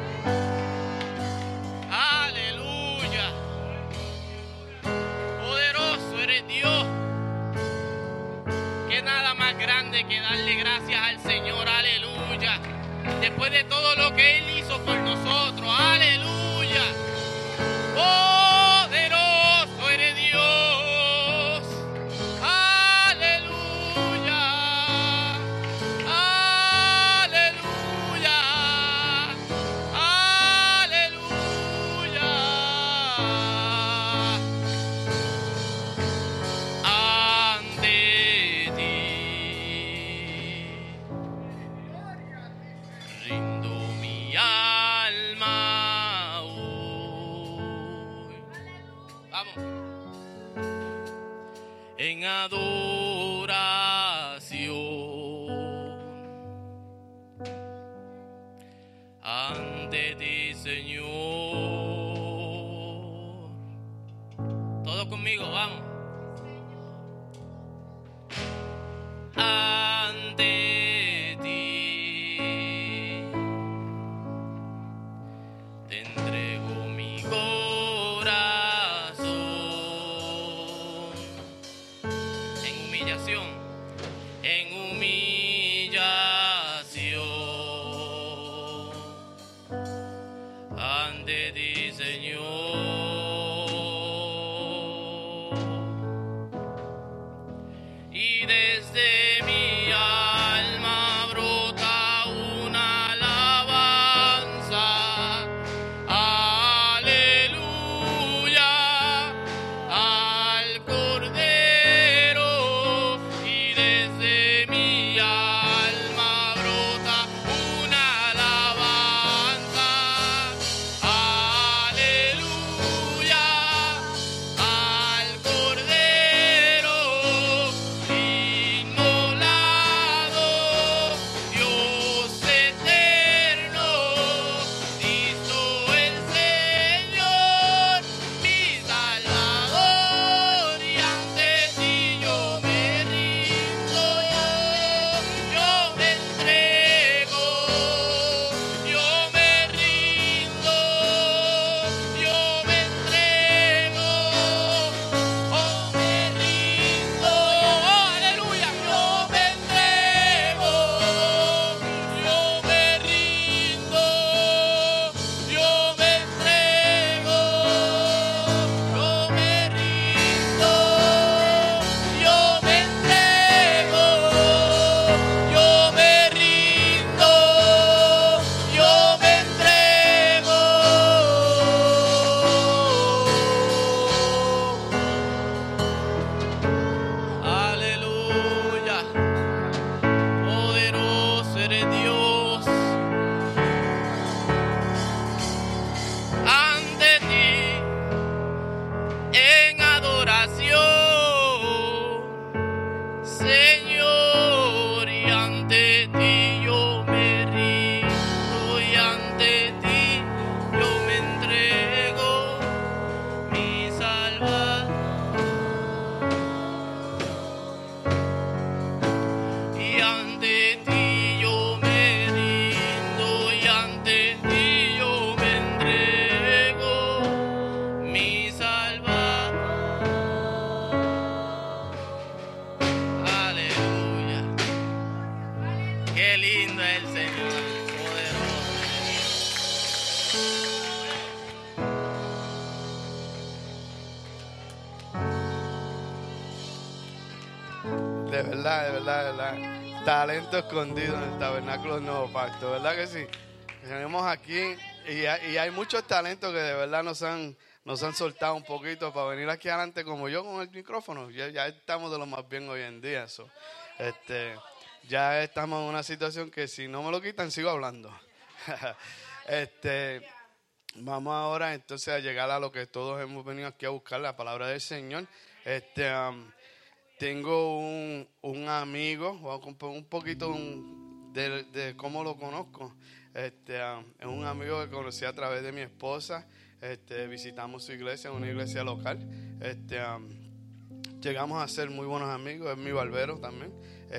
aleluya. Poderoso eres Dios. Que nada más grande que darle gracias al Señor, aleluya. Después de todo lo que Él hizo por nosotros, aleluya. Poderoso eres Dios, aleluya. Aleluya. Aleluya. Ante ti rindo mi alma hoy. Vamos. En adoración ante ti, Señor. ante ti, Señor. Y desde mi alma brota una alabanza. Aleluya al Cordero. Y desde mi alma brota una alabanza. Aleluya al Cordero inmolado, Dios eterno, Cristo el Señor, mi Salvador, y ante ti yo me rindo, yo me entrego, yo me rindo, yo me entrego, oh me rindo, aleluya, yo me entrego, yo me rindo, yo me entrego, yo me rindo, yo me entrego, yo me rindo, yo me entrego. Aleluya, poderoso eres Dios. Ante ti en adoración, Señor, y ante ti yo me rindo, y ante ti yo me entrego, mi Salvador. Y ante ti yo me rindo, y ante ti yo me entrego, mi Salvador. Aleluya. Qué lindo es el Señor, poderoso. De verdad, de verdad, de verdad. Talento escondido en el Tabernáculo del Nuevo Pacto, ¿verdad que sí? Tenemos aquí y hay muchos talentos que de verdad nos han soltado un poquito para venir aquí adelante como yo con el micrófono. Ya estamos de lo más bien hoy en día. Ya estamos en una situación que si no me lo quitan sigo hablando. Vamos ahora entonces a llegar a lo que todos hemos venido aquí a buscar, la palabra del Señor. Tengo un amigo, voy a contar un poquito de cómo lo conozco. Es un amigo que conocí a través de mi esposa. Visitamos su iglesia, una iglesia local. Llegamos a ser muy buenos amigos, es mi barbero también.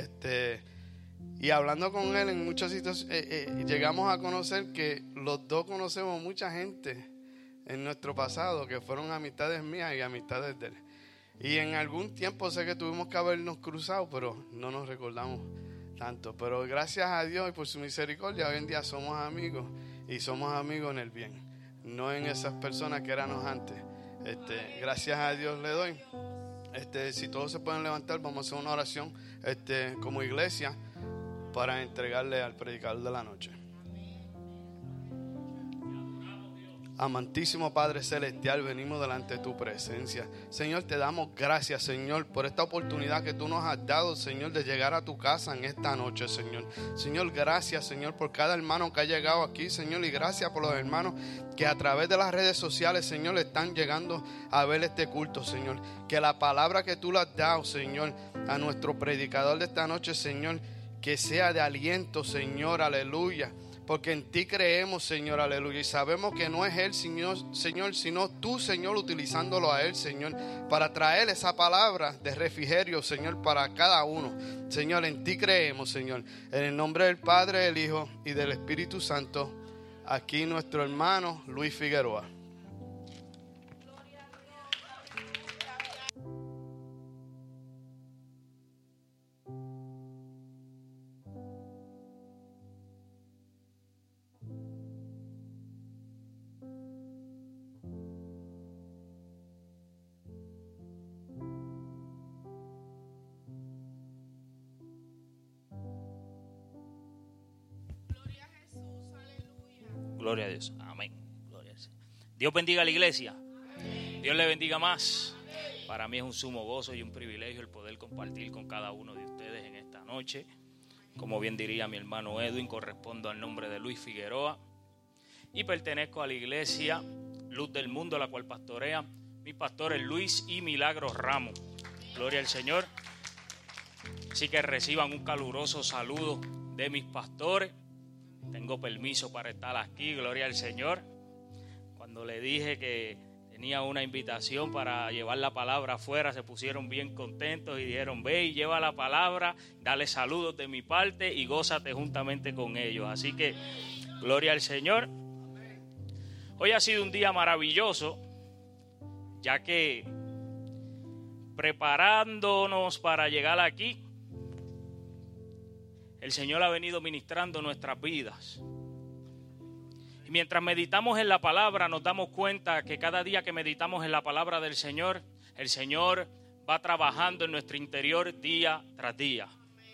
Y hablando con él en muchas situaciones, llegamos a conocer que los dos conocemos mucha gente en nuestro pasado que fueron amistades mías y amistades de él. Y en algún tiempo sé que tuvimos que habernos cruzado, pero no nos recordamos tanto. Pero gracias a Dios y por su misericordia, hoy en día somos amigos y somos amigos en el bien, no en esas personas que éramos antes. Gracias a Dios le doy. Si todos se pueden levantar, vamos a hacer una oración como iglesia para entregarle al predicador de la noche. Amantísimo Padre Celestial, venimos delante de tu presencia. Señor, te damos gracias, Señor, por esta oportunidad que tú nos has dado, Señor, de llegar a tu casa en esta noche, Señor. Señor, gracias, Señor, por cada hermano que ha llegado aquí, Señor, y gracias por los hermanos que a través de las redes sociales, Señor, están llegando a ver este culto, Señor. Que la palabra que tú le has dado, Señor, a nuestro predicador de esta noche, Señor, que sea de aliento, Señor, aleluya. Porque en ti creemos, Señor, aleluya. Y sabemos que no es Él, Señor, sino tú, Señor, utilizándolo a Él, Señor, para traer esa palabra de refrigerio, Señor, para cada uno. Señor, en ti creemos, Señor. En el nombre del Padre, del Hijo y del Espíritu Santo, aquí nuestro hermano Luis Figueroa. Gloria a Dios. Amén. Gloria al Señor. Dios bendiga a la iglesia. Dios le bendiga más. Para mí es un sumo gozo y un privilegio el poder compartir con cada uno de ustedes en esta noche. Como bien diría mi hermano Edwin, correspondo al nombre de Luis Figueroa y pertenezco a la iglesia Luz del Mundo, la cual pastorea mi pastor es Luis y Milagros Ramos. Gloria al Señor. Así que reciban un caluroso saludo de mis pastores. Tengo permiso para estar aquí, gloria al Señor. Cuando le dije que tenía una invitación para llevar la palabra afuera, se pusieron bien contentos y dijeron: ve y lleva la palabra, dale saludos de mi parte y gózate juntamente con ellos. Así que, gloria al Señor. Hoy ha sido un día maravilloso, ya que preparándonos para llegar aquí, el Señor ha venido ministrando nuestras vidas. Y mientras meditamos en la palabra, nos damos cuenta que cada día que meditamos en la palabra del Señor, el Señor va trabajando en nuestro interior día tras día.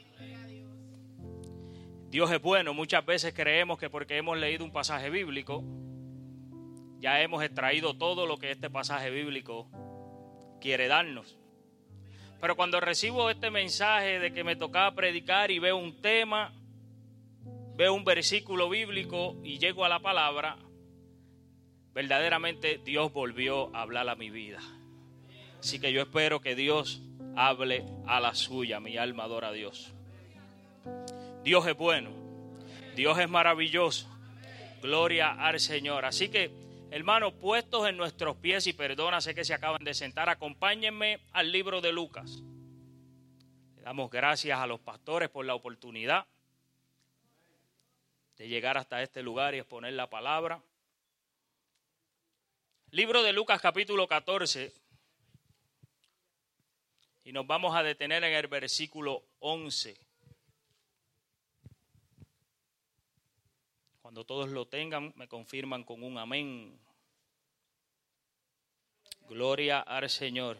Dios es bueno. Muchas veces creemos que porque hemos leído un pasaje bíblico, ya hemos extraído todo lo que este pasaje bíblico quiere darnos. Pero cuando recibo este mensaje de que me tocaba predicar y veo un tema, veo un versículo bíblico y llego a la palabra, verdaderamente Dios volvió a hablar a mi vida. Así que yo espero que Dios hable a la suya. Mi alma adora a Dios. Dios es bueno. Dios es maravilloso. Gloria al Señor. Así que, hermanos, puestos en nuestros pies, y perdona, sé que se acaban de sentar, acompáñenme al libro de Lucas. Le damos gracias a los pastores por la oportunidad de llegar hasta este lugar y exponer la palabra. Libro de Lucas, capítulo 14, y nos vamos a detener en el versículo 11. Cuando todos lo tengan, me confirman con un amén. Gloria al Señor.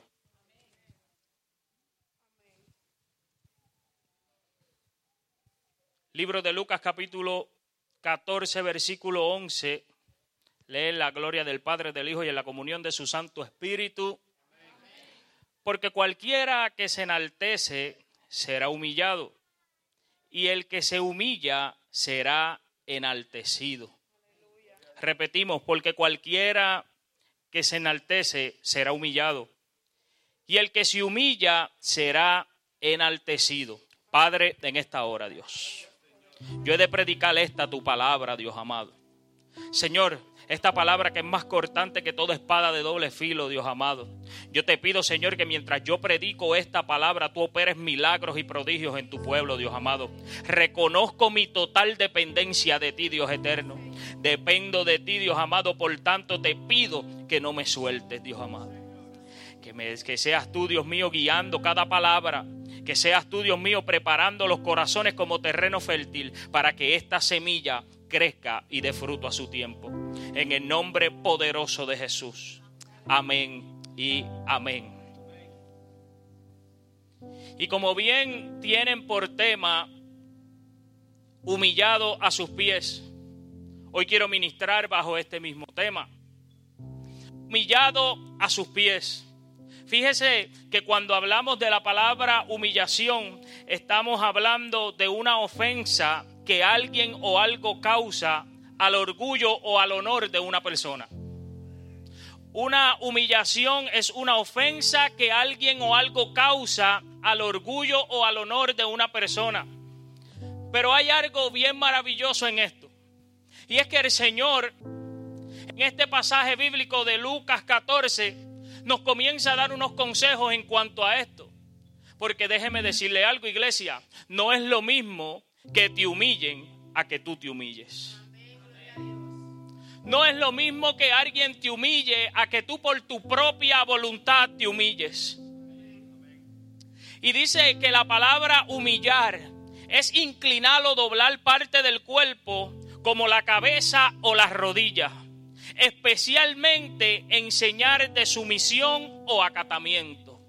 Libro de Lucas, capítulo 14, versículo 11. Lee la gloria del Padre, del Hijo y en la comunión de su Santo Espíritu. Porque cualquiera que se enaltece será humillado, y el que se humilla será enaltecido. Repetimos, porque cualquiera que se enaltece será humillado, y el que se humilla será enaltecido. Padre, en esta hora, Dios, yo he de predicar tu palabra, Dios amado. Señor, esta palabra que es más cortante que toda espada de doble filo, Dios amado. Yo te pido, Señor, que mientras yo predico esta palabra, tú operes milagros y prodigios en tu pueblo, Dios amado. Reconozco mi total dependencia de ti, Dios eterno. Dependo de ti, Dios amado, por tanto te pido que no me sueltes, Dios amado. Que seas tú, Dios mío, guiando cada palabra. Que seas tú, Dios mío, preparando los corazones como terreno fértil para que esta semilla crezca y dé fruto a su tiempo. En el nombre poderoso de Jesús. Amén y amén. Y como bien tienen por tema humillado a sus pies, hoy quiero ministrar bajo este mismo tema. Humillado a sus pies. Fíjese que cuando hablamos de la palabra humillación, estamos hablando de una ofensa que alguien o algo causa al orgullo o al honor de una persona. Una humillación es una ofensa que alguien o algo causa al orgullo o al honor de una persona. Pero hay algo bien maravilloso en esto. Y es que el Señor, en este pasaje bíblico de Lucas 14, nos comienza a dar unos consejos en cuanto a esto. Porque déjeme decirle algo, iglesia, no es lo mismo que te humillen a que tú te humilles. No es lo mismo que alguien te humille a que tú por tu propia voluntad te humilles. Y dice que la palabra humillar es inclinar o doblar parte del cuerpo como la cabeza o las rodillas, especialmente en señal de sumisión o acatamiento.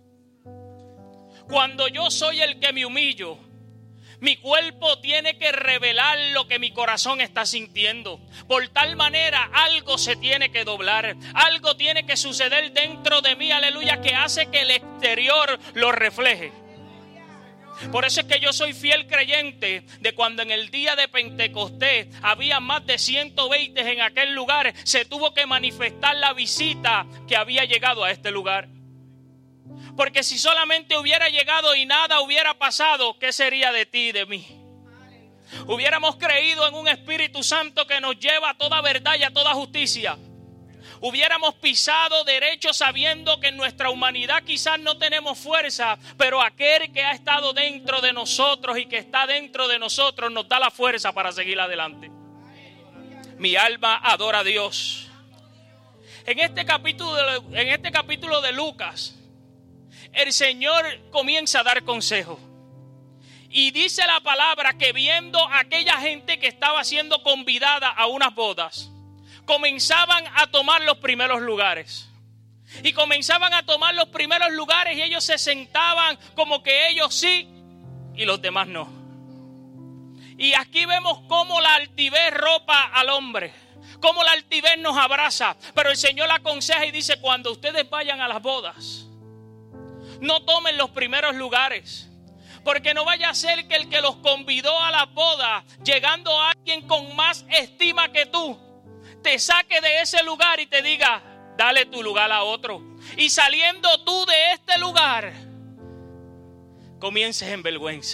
Cuando yo soy el que me humillo, mi cuerpo tiene que revelar lo que mi corazón está sintiendo. Por tal manera algo se tiene que doblar, algo tiene que suceder dentro de mí, aleluya, que hace que el exterior lo refleje. Por eso es que yo soy fiel creyente de cuando en el día de Pentecostés había más de 120 en aquel lugar, se tuvo que manifestar la visita que había llegado a este lugar. Porque si solamente hubiera llegado y nada hubiera pasado, ¿qué sería de ti y de mí? Hubiéramos creído en un Espíritu Santo que nos lleva a toda verdad y a toda justicia. Hubiéramos pisado derecho sabiendo que en nuestra humanidad quizás no tenemos fuerza, pero aquel que ha estado dentro de nosotros y que está dentro de nosotros nos da la fuerza para seguir adelante. Mi alma adora a Dios. En este capítulo de Lucas, el Señor comienza a dar consejo. Y dice la palabra que viendo a aquella gente que estaba siendo convidada a unas bodas, comenzaban a tomar los primeros lugares. Y comenzaban a tomar los primeros lugares y ellos se sentaban como que ellos sí y los demás no. Y aquí vemos cómo la altivez ropa al hombre, cómo la altivez nos abraza. Pero el Señor aconseja y dice: cuando ustedes vayan a las bodas, no tomen los primeros lugares. Porque no vaya a ser que el que los convidó a la boda, llegando a alguien con más estima que tú, te saque de ese lugar y te diga: dale tu lugar a otro. Y saliendo tú de este lugar, comiences en vergüenza.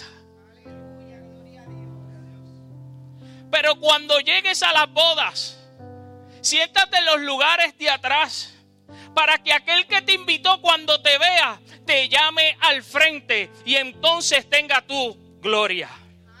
Pero cuando llegues a las bodas, siéntate en los lugares de atrás, para que aquel que te invitó, cuando te vea, te llame al frente y entonces tenga tu gloria.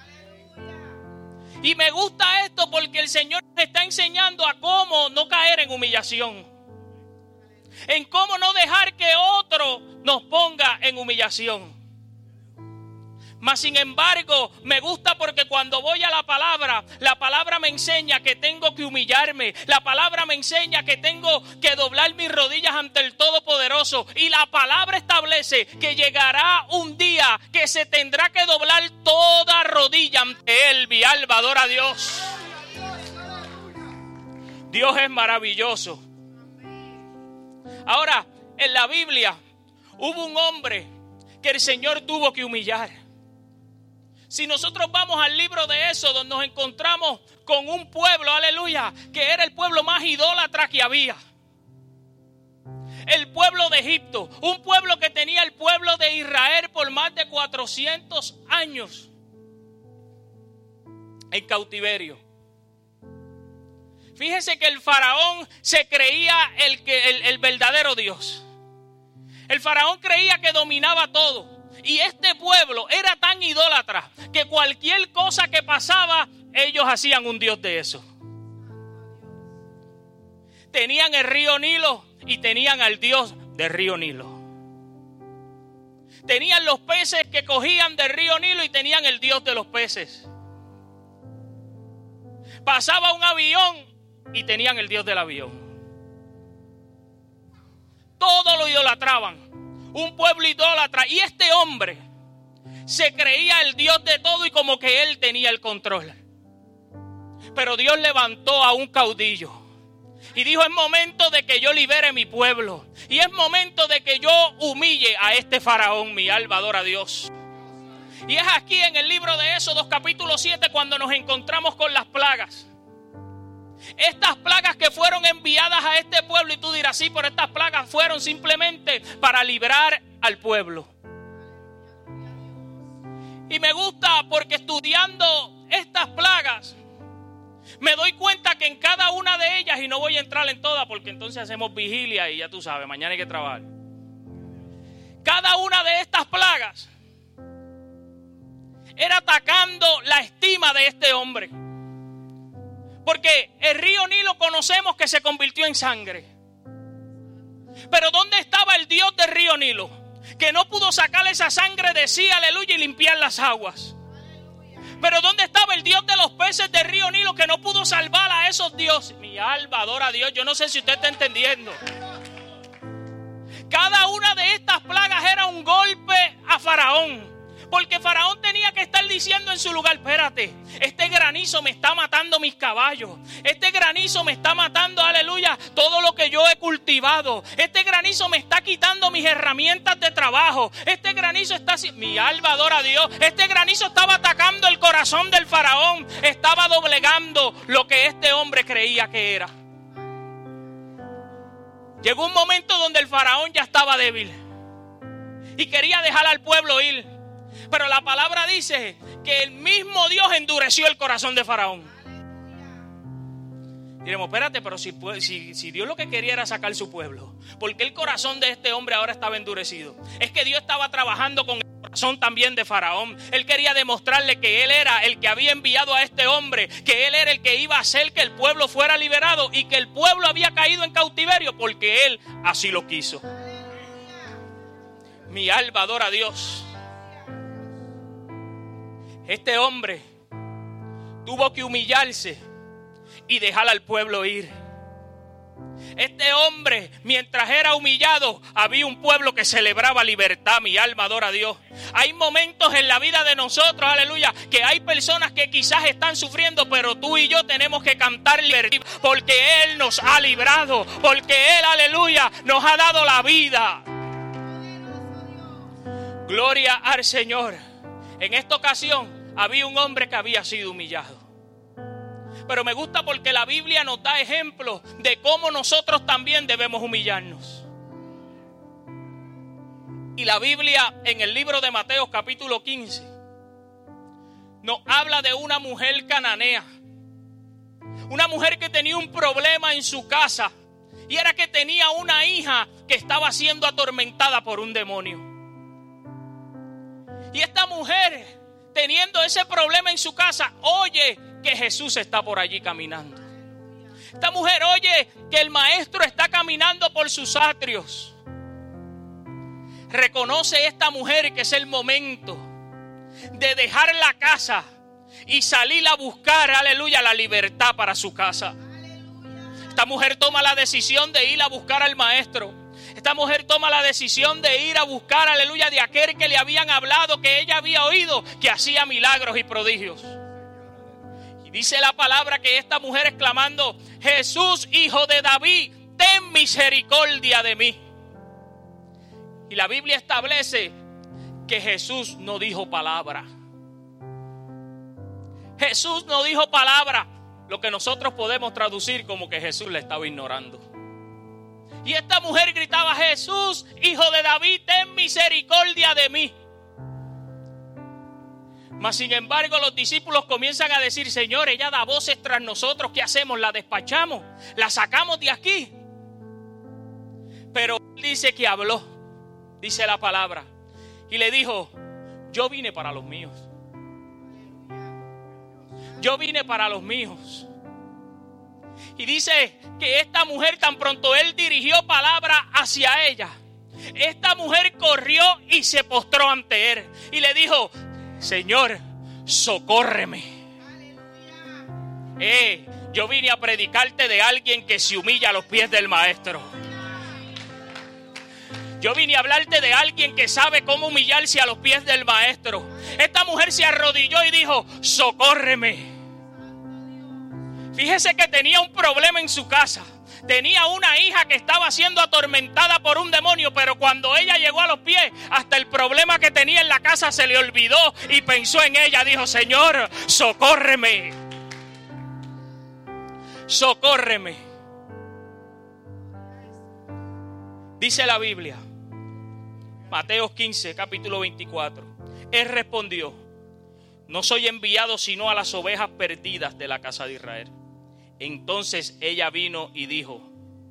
Y me gusta esto porque el Señor nos está enseñando a cómo no caer en humillación, en cómo no dejar que otro nos ponga en humillación. Mas sin embargo, me gusta porque cuando voy a la palabra me enseña que tengo que humillarme. La palabra me enseña que tengo que doblar mis rodillas ante el Todopoderoso. Y la palabra establece que llegará un día que se tendrá que doblar toda rodilla ante Él. Mi alma adora a Dios. Dios es maravilloso. Ahora, en la Biblia hubo un hombre que el Señor tuvo que humillar. Si nosotros vamos al libro de Éxodo, nos encontramos con un pueblo, aleluya, que era el pueblo más idólatra que había. El pueblo de Egipto, un pueblo que tenía el pueblo de Israel por más de 400 años en cautiverio. Fíjese que el faraón se creía el verdadero Dios. El faraón creía que dominaba todo. Y este pueblo era tan idólatra que cualquier cosa que pasaba, ellos hacían un dios de eso. Tenían el río Nilo y tenían al dios del río Nilo. Tenían los peces que cogían del río Nilo y tenían el dios de los peces. Pasaba un avión y tenían el dios del avión. Todo lo idolatraban. Un pueblo idólatra. Y este hombre se creía el Dios de todo y como que él tenía el control. Pero Dios levantó a un caudillo y dijo: es momento de que yo libere mi pueblo. Y es momento de que yo humille a este faraón. Mi alma adora a Dios. Y es aquí en el libro de Éxodo capítulo 7 cuando nos encontramos con las plagas. Estas plagas que fueron enviadas a este pueblo, y tú dirás: sí, pero estas plagas fueron simplemente para librar al pueblo. Y me gusta porque estudiando estas plagas me doy cuenta que en cada una de ellas, y no voy a entrar en todas porque entonces hacemos vigilia y ya tú sabes, mañana hay que trabajar. Cada una de estas plagas era atacando la estima de este hombre. Porque el río Nilo conocemos que se convirtió en sangre. Pero ¿dónde estaba el Dios del río Nilo? Que no pudo sacar esa sangre de sí, aleluya, y limpiar las aguas. Pero ¿dónde estaba el Dios de los peces del río Nilo? Que no pudo salvar a esos dioses. Mi alma adora a Dios. Yo no sé si usted está entendiendo. Cada una de estas plagas era un golpe a Faraón. Porque Faraón tenía que estar diciendo en su lugar: espérate, este gran granizo me está matando mis caballos. Este granizo me está matando, aleluya, todo lo que yo he cultivado. Este granizo me está quitando mis herramientas de trabajo. Este granizo está... Mi alma adora a Dios. Este granizo estaba atacando el corazón del faraón. Estaba doblegando lo que este hombre creía que era. Llegó un momento donde el faraón ya estaba débil y quería dejar al pueblo ir. Pero la palabra dice que el mismo Dios endureció el corazón de faraón. Diremos, espérate, pero si Dios lo que quería era sacar su pueblo, ¿por qué el corazón de este hombre ahora estaba endurecido? Es que Dios estaba trabajando con el corazón también de faraón. Él quería demostrarle que él era el que había enviado a este hombre, que él era el que iba a hacer que el pueblo fuera liberado y que el pueblo había caído en cautiverio porque él así lo quiso. Mi alma adora a Dios. Este hombre tuvo que humillarse y dejar al pueblo ir. Este hombre, mientras era humillado, había un pueblo que celebraba libertad. Mi alma adora a Dios. Hay momentos en la vida de nosotros, aleluya, que hay personas que quizás están sufriendo, pero tú y yo tenemos que cantar libertad, porque Él nos ha librado, porque Él, aleluya, nos ha dado la vida. Gloria al Señor. En esta ocasión había un hombre que había sido humillado. Pero me gusta porque la Biblia nos da ejemplos de cómo nosotros también debemos humillarnos. Y la Biblia en el libro de Mateo capítulo 15 nos habla de una mujer cananea. Una mujer que tenía un problema en su casa. Y era que tenía una hija que estaba siendo atormentada por un demonio. Y esta mujer, teniendo ese problema en su casa, oye que Jesús está por allí caminando. Esta mujer oye que el maestro está caminando por sus atrios. Reconoce esta mujer que es el momento de dejar la casa y salir a buscar, aleluya, la libertad para su casa. Esta mujer toma la decisión de ir a buscar al maestro. Esta mujer toma la decisión de ir a buscar, aleluya, de aquel que le habían hablado, que ella había oído, que hacía milagros y prodigios. Y dice la palabra que esta mujer exclamando: Jesús, hijo de David, ten misericordia de mí. Y la Biblia establece que Jesús no dijo palabra. Jesús no dijo palabra, lo que nosotros podemos traducir como que Jesús le estaba ignorando. Y esta mujer gritaba: Jesús, hijo de David, ten misericordia de mí. Mas sin embargo los discípulos comienzan a decir: Señor, ella da voces tras nosotros, ¿qué hacemos? ¿La despachamos? ¿La sacamos de aquí? Pero él dice que habló, dice la palabra, y le dijo: yo vine para los míos. Yo vine para los míos. Y dice que esta mujer, tan pronto él dirigió palabra hacia ella, esta mujer corrió y se postró ante él y le dijo: Señor, socórreme. Yo vine a predicarte de alguien que se humilla a los pies del maestro. Yo vine a hablarte de alguien que sabe cómo humillarse a los pies del maestro. Esta mujer se arrodilló y dijo: socórreme. Fíjese que tenía un problema en su casa. Tenía una hija que estaba siendo atormentada por un demonio, pero cuando ella llegó a los pies, hasta el problema que tenía en la casa se le olvidó y pensó en ella. Dijo: Señor, socórreme. Socórreme. Dice la Biblia, Mateo 15, capítulo 24. Él respondió: no soy enviado sino a las ovejas perdidas de la casa de Israel. Entonces ella vino y dijo,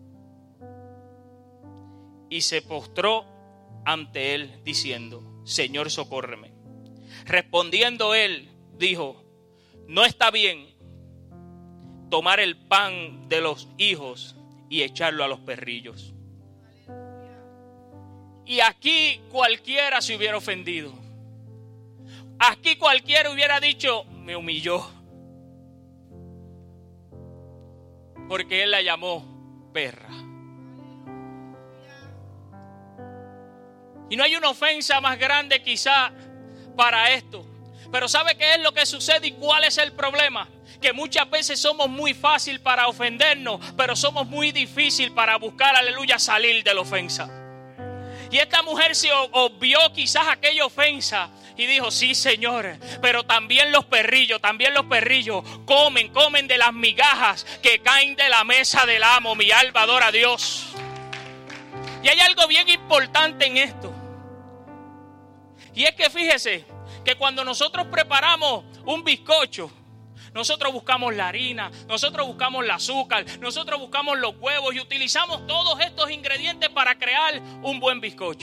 y se postró ante él diciendo: Señor, socórreme. Respondiendo él, dijo: no está bien tomar el pan de los hijos y echarlo a los perrillos. Y aquí cualquiera se hubiera ofendido. Aquí cualquiera hubiera dicho: me humilló. Porque él la llamó perra. Y no hay una ofensa más grande quizá para esto. Pero ¿sabe qué es lo que sucede y cuál es el problema? Que muchas veces somos muy fácil para ofendernos, pero somos muy difícil para buscar, aleluya, salir de la ofensa. Y esta mujer se obvió quizás aquella ofensa y dijo, sí, Señor, pero también los perrillos comen de las migajas que caen de la mesa del amo. Mi alma adora a Dios. Y hay algo bien importante en esto. Y es que fíjese que cuando nosotros preparamos un bizcocho, nosotros buscamos la harina, nosotros buscamos el azúcar, nosotros buscamos los huevos y utilizamos todos estos ingredientes para crear un buen bizcocho.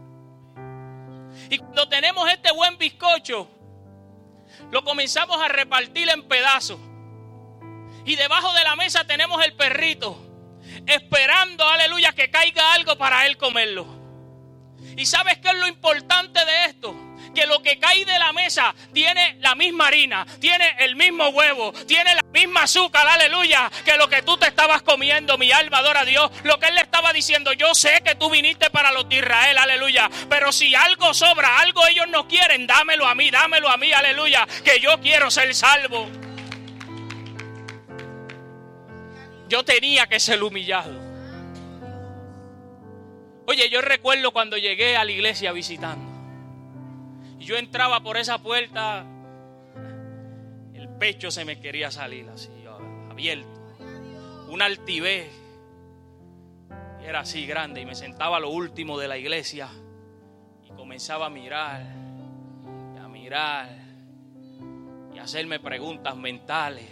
Y cuando tenemos este buen bizcocho, lo comenzamos a repartir en pedazos. Y debajo de la mesa tenemos el perrito, esperando, aleluya, que caiga algo para él comerlo. ¿Y sabes qué es lo importante de esto? Que lo que cae de la mesa tiene la misma harina, tiene el mismo huevo, tiene la misma azúcar, aleluya, que lo que tú te estabas comiendo. Mi alma adora a Dios. Lo que él le estaba diciendo, yo sé que tú viniste para los de Israel, aleluya, pero si algo sobra, algo ellos no quieren, dámelo a mí, aleluya, que yo quiero ser salvo. Yo tenía que ser humillado. Oye, yo recuerdo cuando llegué a la iglesia visitando. Y yo entraba por esa puerta, el pecho se me quería salir así, abierto. Una altivez. Y era así grande. Y me sentaba a lo último de la iglesia. Y comenzaba a mirar. Y a mirar. Y a hacerme preguntas mentales.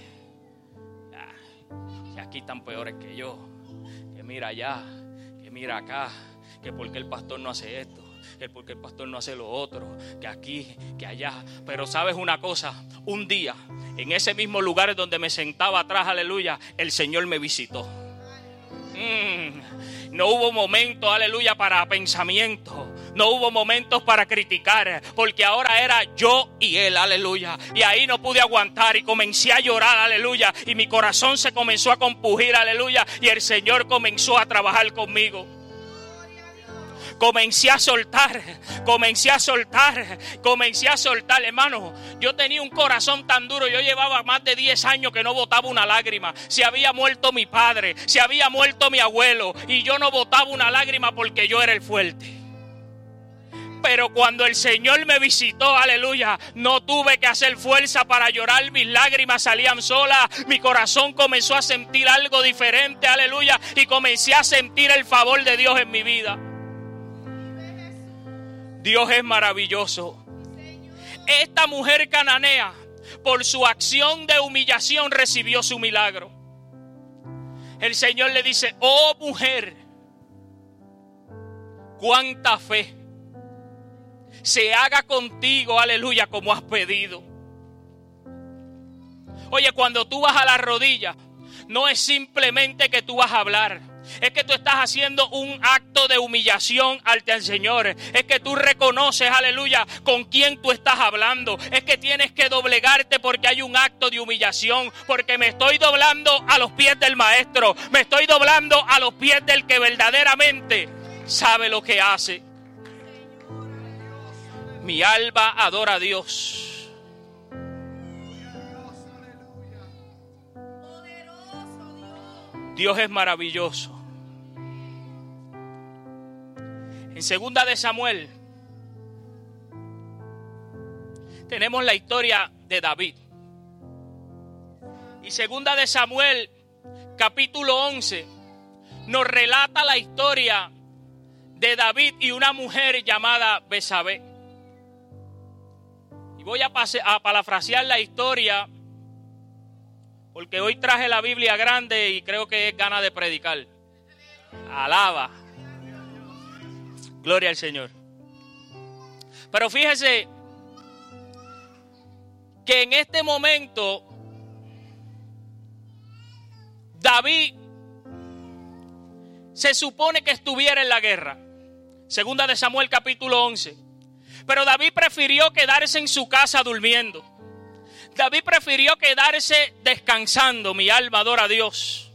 Y aquí están peores que yo. Que mira allá. Que mira acá. Que por qué el pastor no hace esto, que por qué el pastor no hace lo otro, que aquí, que allá. Pero sabes una cosa, un día, en ese mismo lugar donde me sentaba atrás, aleluya, el Señor me visitó. No hubo momentos, aleluya, para pensamiento. No hubo momentos para criticar, porque ahora era yo y él, aleluya. Y ahí no pude aguantar y comencé a llorar, aleluya. Y mi corazón se comenzó a compugir, aleluya. Y el Señor comenzó a trabajar conmigo. Comencé a soltar, hermano. Yo tenía un corazón tan duro. Yo llevaba más de 10 años que no botaba una lágrima. Se había muerto mi padre, se había muerto mi abuelo, y yo no botaba una lágrima porque yo era el fuerte. Pero cuando el Señor me visitó, aleluya, no tuve que hacer fuerza para llorar. Mis lágrimas salían solas. Mi corazón comenzó a sentir algo diferente, aleluya. Y comencé a sentir el favor de Dios en mi vida. Dios es maravilloso. Esta mujer cananea, por su acción de humillación, recibió su milagro. El Señor le dice, oh mujer, cuánta fe. Se haga contigo, aleluya, como has pedido. Oye, cuando tú vas a la rodilla, no es simplemente que tú vas a hablar. Es que tú estás haciendo un acto de humillación ante el Señor. Es que tú reconoces, aleluya, con quién tú estás hablando. Es que tienes que doblegarte porque hay un acto de humillación. Porque me estoy doblando a los pies del Maestro. Me estoy doblando a los pies del que verdaderamente sabe lo que hace. Mi alma adora a Dios. Dios es maravilloso. En 2 de Samuel tenemos la historia de David. Y 2 de Samuel capítulo 11 nos relata la historia de David y una mujer llamada Betsabé. Y voy a parafrasear la historia porque hoy traje la Biblia grande y creo que es gana de predicar. Alaba. Gloria al Señor. Pero fíjese que en este momento David se supone que estuviera en la guerra. 2 de Samuel capítulo 11. Pero David prefirió quedarse en su casa durmiendo. David prefirió quedarse descansando. Mi alma adora a Dios.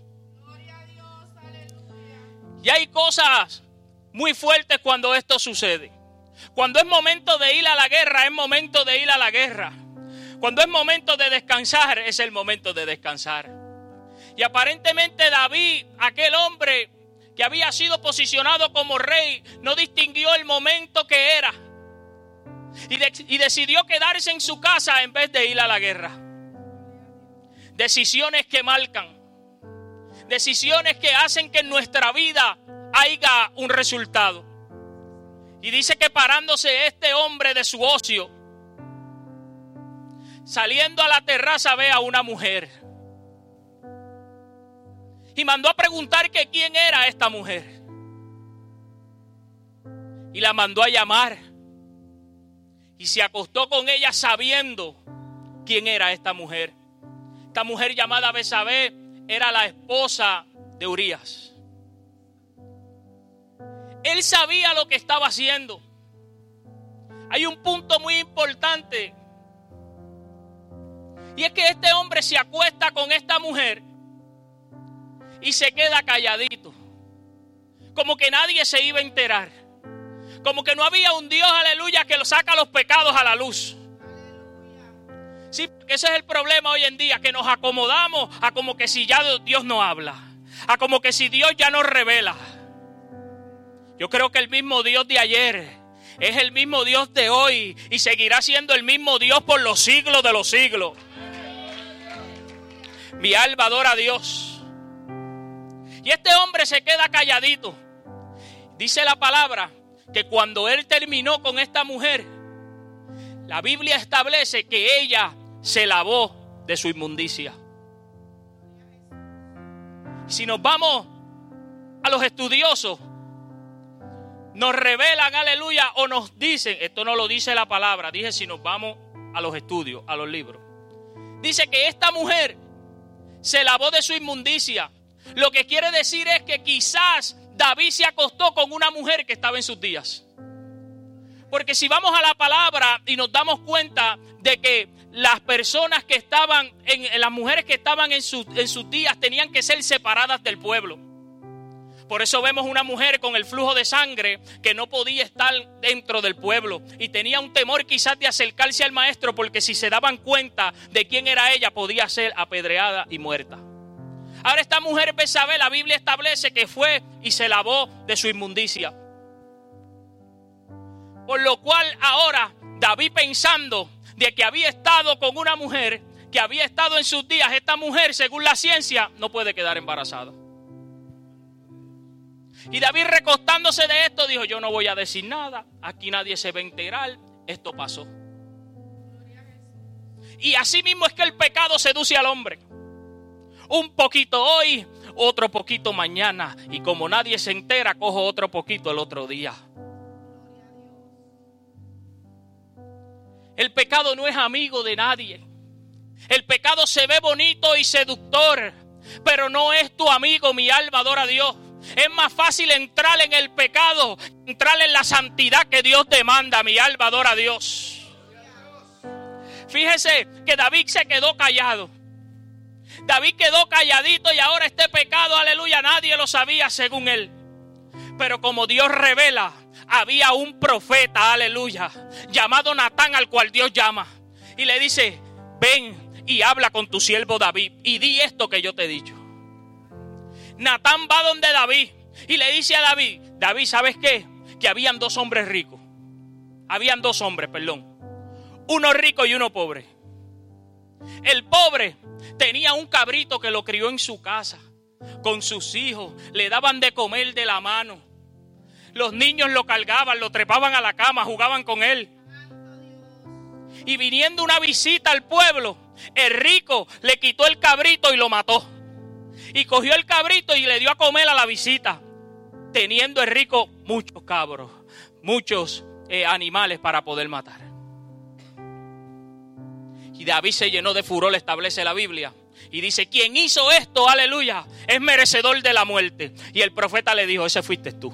Y hay cosas muy fuertes cuando esto sucede. Cuando es momento de ir a la guerra, es momento de ir a la guerra. Cuando es momento de descansar, es el momento de descansar. Y aparentemente David, aquel hombre que había sido posicionado como rey, no distinguió el momento que era. Y decidió quedarse en su casa en vez de ir a la guerra. Decisiones que marcan. Decisiones que hacen que en nuestra vida haya un resultado. Y dice que parándose este hombre de su ocio, saliendo a la terraza, ve a una mujer. Y mandó a preguntar que quién era esta mujer. Y la mandó a llamar. Y se acostó con ella sabiendo quién era esta mujer. Esta mujer llamada Betsabé era la esposa de Urías. Él sabía lo que estaba haciendo. Hay un punto muy importante. Y es que este hombre se acuesta con esta mujer y se queda calladito. Como que nadie se iba a enterar. Como que no había un Dios, aleluya, que lo saca los pecados a la luz. Sí, porque ese es el problema hoy en día, que nos acomodamos a como que si ya Dios no habla, a como que si Dios ya nos revela. Yo creo que el mismo Dios de ayer es el mismo Dios de hoy y seguirá siendo el mismo Dios por los siglos de los siglos. Mi alma adora a Dios. Y este hombre se queda calladito. Dice la palabra que cuando él terminó con esta mujer, la Biblia establece que ella se lavó de su inmundicia. Si nos vamos a los estudiosos, nos revelan, aleluya, o nos dicen, esto no lo dice la palabra, dije si nos vamos a los estudios, a los libros. Dice que esta mujer se lavó de su inmundicia. Lo que quiere decir es que quizás David se acostó con una mujer que estaba en sus días. Porque si vamos a la palabra y nos damos cuenta de que las personas que estaban, las mujeres que estaban en sus días tenían que ser separadas del pueblo. Por eso vemos una mujer con el flujo de sangre que no podía estar dentro del pueblo y tenía un temor quizás de acercarse al maestro, porque si se daban cuenta de quién era ella podía ser apedreada y muerta. Ahora esta mujer Betsabé, la Biblia establece que fue y se lavó de su inmundicia. Por lo cual ahora David, pensando de que había estado con una mujer que había estado en sus días, esta mujer según la ciencia no puede quedar embarazada. Y David, recostándose de esto, dijo: yo no voy a decir nada, aquí nadie se va a enterar, esto pasó. Y así mismo es que el pecado seduce al hombre. Un poquito hoy, otro poquito mañana, y como nadie se entera, cojo otro poquito el otro día. El pecado no es amigo de nadie. El pecado se ve bonito y seductor, pero no es tu amigo. Mi alma adora a Dios. Es más fácil entrar en el pecado, entrar en la santidad que Dios demanda. Mi alma adora a Dios. Fíjese que David se quedó callado. David quedó calladito y ahora este pecado, aleluya, nadie lo sabía según él. Pero como Dios revela, había un profeta, aleluya, llamado Natán, al cual Dios llama. Y le dice: ven y habla con tu siervo David y di esto que yo te he dicho. Natán va donde David y le dice a David: David, ¿sabes qué? Que habían dos hombres ricos. Habían dos hombres, perdón. Uno rico y uno pobre. El pobre tenía un cabrito que lo crió en su casa con sus hijos. Le daban de comer de la mano. Los niños lo cargaban, lo trepaban a la cama, jugaban con él. Y viniendo una visita al pueblo, el rico le quitó el cabrito y lo mató. Y cogió el cabrito y le dio a comer a la visita, teniendo el rico muchos cabros, muchos animales para poder matar. Y David se llenó de furor, establece la Biblia, y dice: quien hizo esto, aleluya, es merecedor de la muerte. Y el profeta le dijo: ese fuiste tú.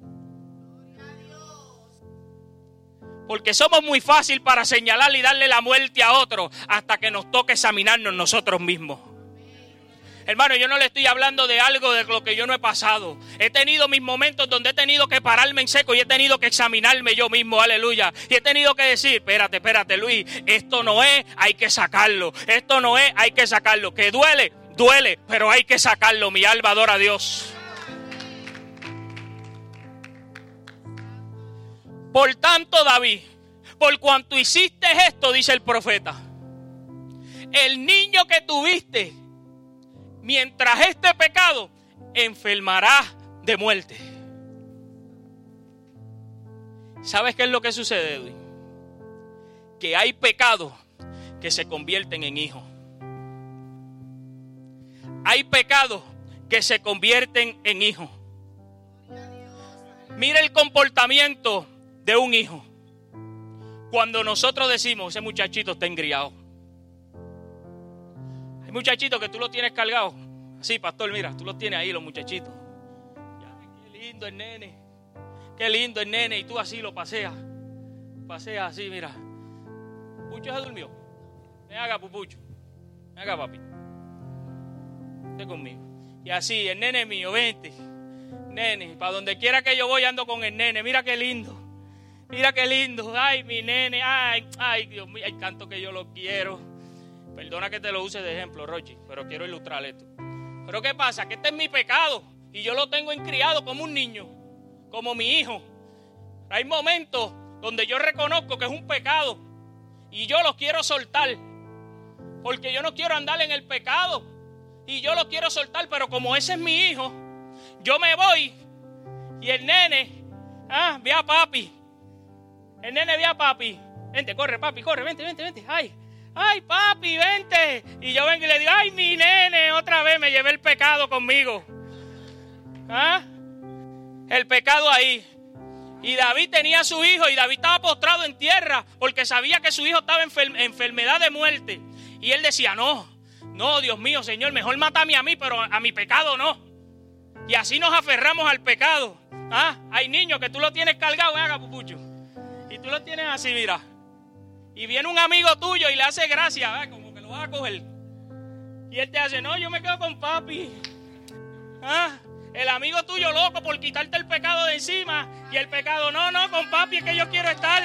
Porque somos muy fácil para señalar y darle la muerte a otro hasta que nos toque examinarnos nosotros mismos. Hermano, yo no le estoy hablando de algo de lo que yo no he pasado. He tenido mis momentos donde he tenido que pararme en seco y he tenido que examinarme yo mismo, aleluya. Y he tenido que decir, espérate Luis, esto no es, hay que sacarlo. Esto no es, hay que sacarlo. Que duele, pero hay que sacarlo. Mi alma adora a Dios. Por tanto, David, por cuanto hiciste esto, dice el profeta, el niño que tuviste, mientras este pecado, enfermará de muerte. ¿Sabes qué es lo que sucede, Edwin? Que hay pecados que se convierten en hijos. Hay pecados que se convierten en hijos. Mira el comportamiento de un hijo. Cuando nosotros decimos, ese muchachito está engriado. Hay muchachitos que tú los tienes cargados. Sí, pastor, mira, tú los tienes ahí, los muchachitos. Ya, qué lindo el nene. Qué lindo el nene. Y tú así lo paseas. Paseas así, mira. Pucho se durmió. Ven acá, Pupucho. Ven acá, papi. Vente conmigo. Y así, el nene mío, vente. Nene, para donde quiera que yo voy ando con el nene. Mira qué lindo. Mira qué lindo. Ay, mi nene. Ay, Dios mío. Hay tanto que yo lo quiero. Perdona que te lo use de ejemplo, Rochi, pero quiero ilustrar esto. Pero ¿qué pasa? Que este es mi pecado y yo lo tengo encriado como un niño, como mi hijo. Hay momentos donde yo reconozco que es un pecado y yo lo quiero soltar, porque yo no quiero andar en el pecado y yo lo quiero soltar, pero como ese es mi hijo, yo me voy y el nene, ve a papi. El nene ve a papi. Vente, corre, papi, corre, vente. Ay, papi, vente. Y yo vengo y le digo, ay, mi nene, otra vez me llevé el pecado conmigo. El pecado ahí. Y David tenía a su hijo y David estaba postrado en tierra porque sabía que su hijo estaba en enfermedad de muerte. Y él decía, no, Dios mío, Señor, mejor mátame a mí, pero a mi pecado no. Y así nos aferramos al pecado. Hay niños que tú lo tienes cargado, haga Pupucho. Y tú lo tienes así, mira. Y viene un amigo tuyo y le hace gracia, como que lo vas a coger. Y él te hace, no, yo me quedo con papi. El amigo tuyo loco por quitarte el pecado de encima. Y el pecado, no, con papi es que yo quiero estar.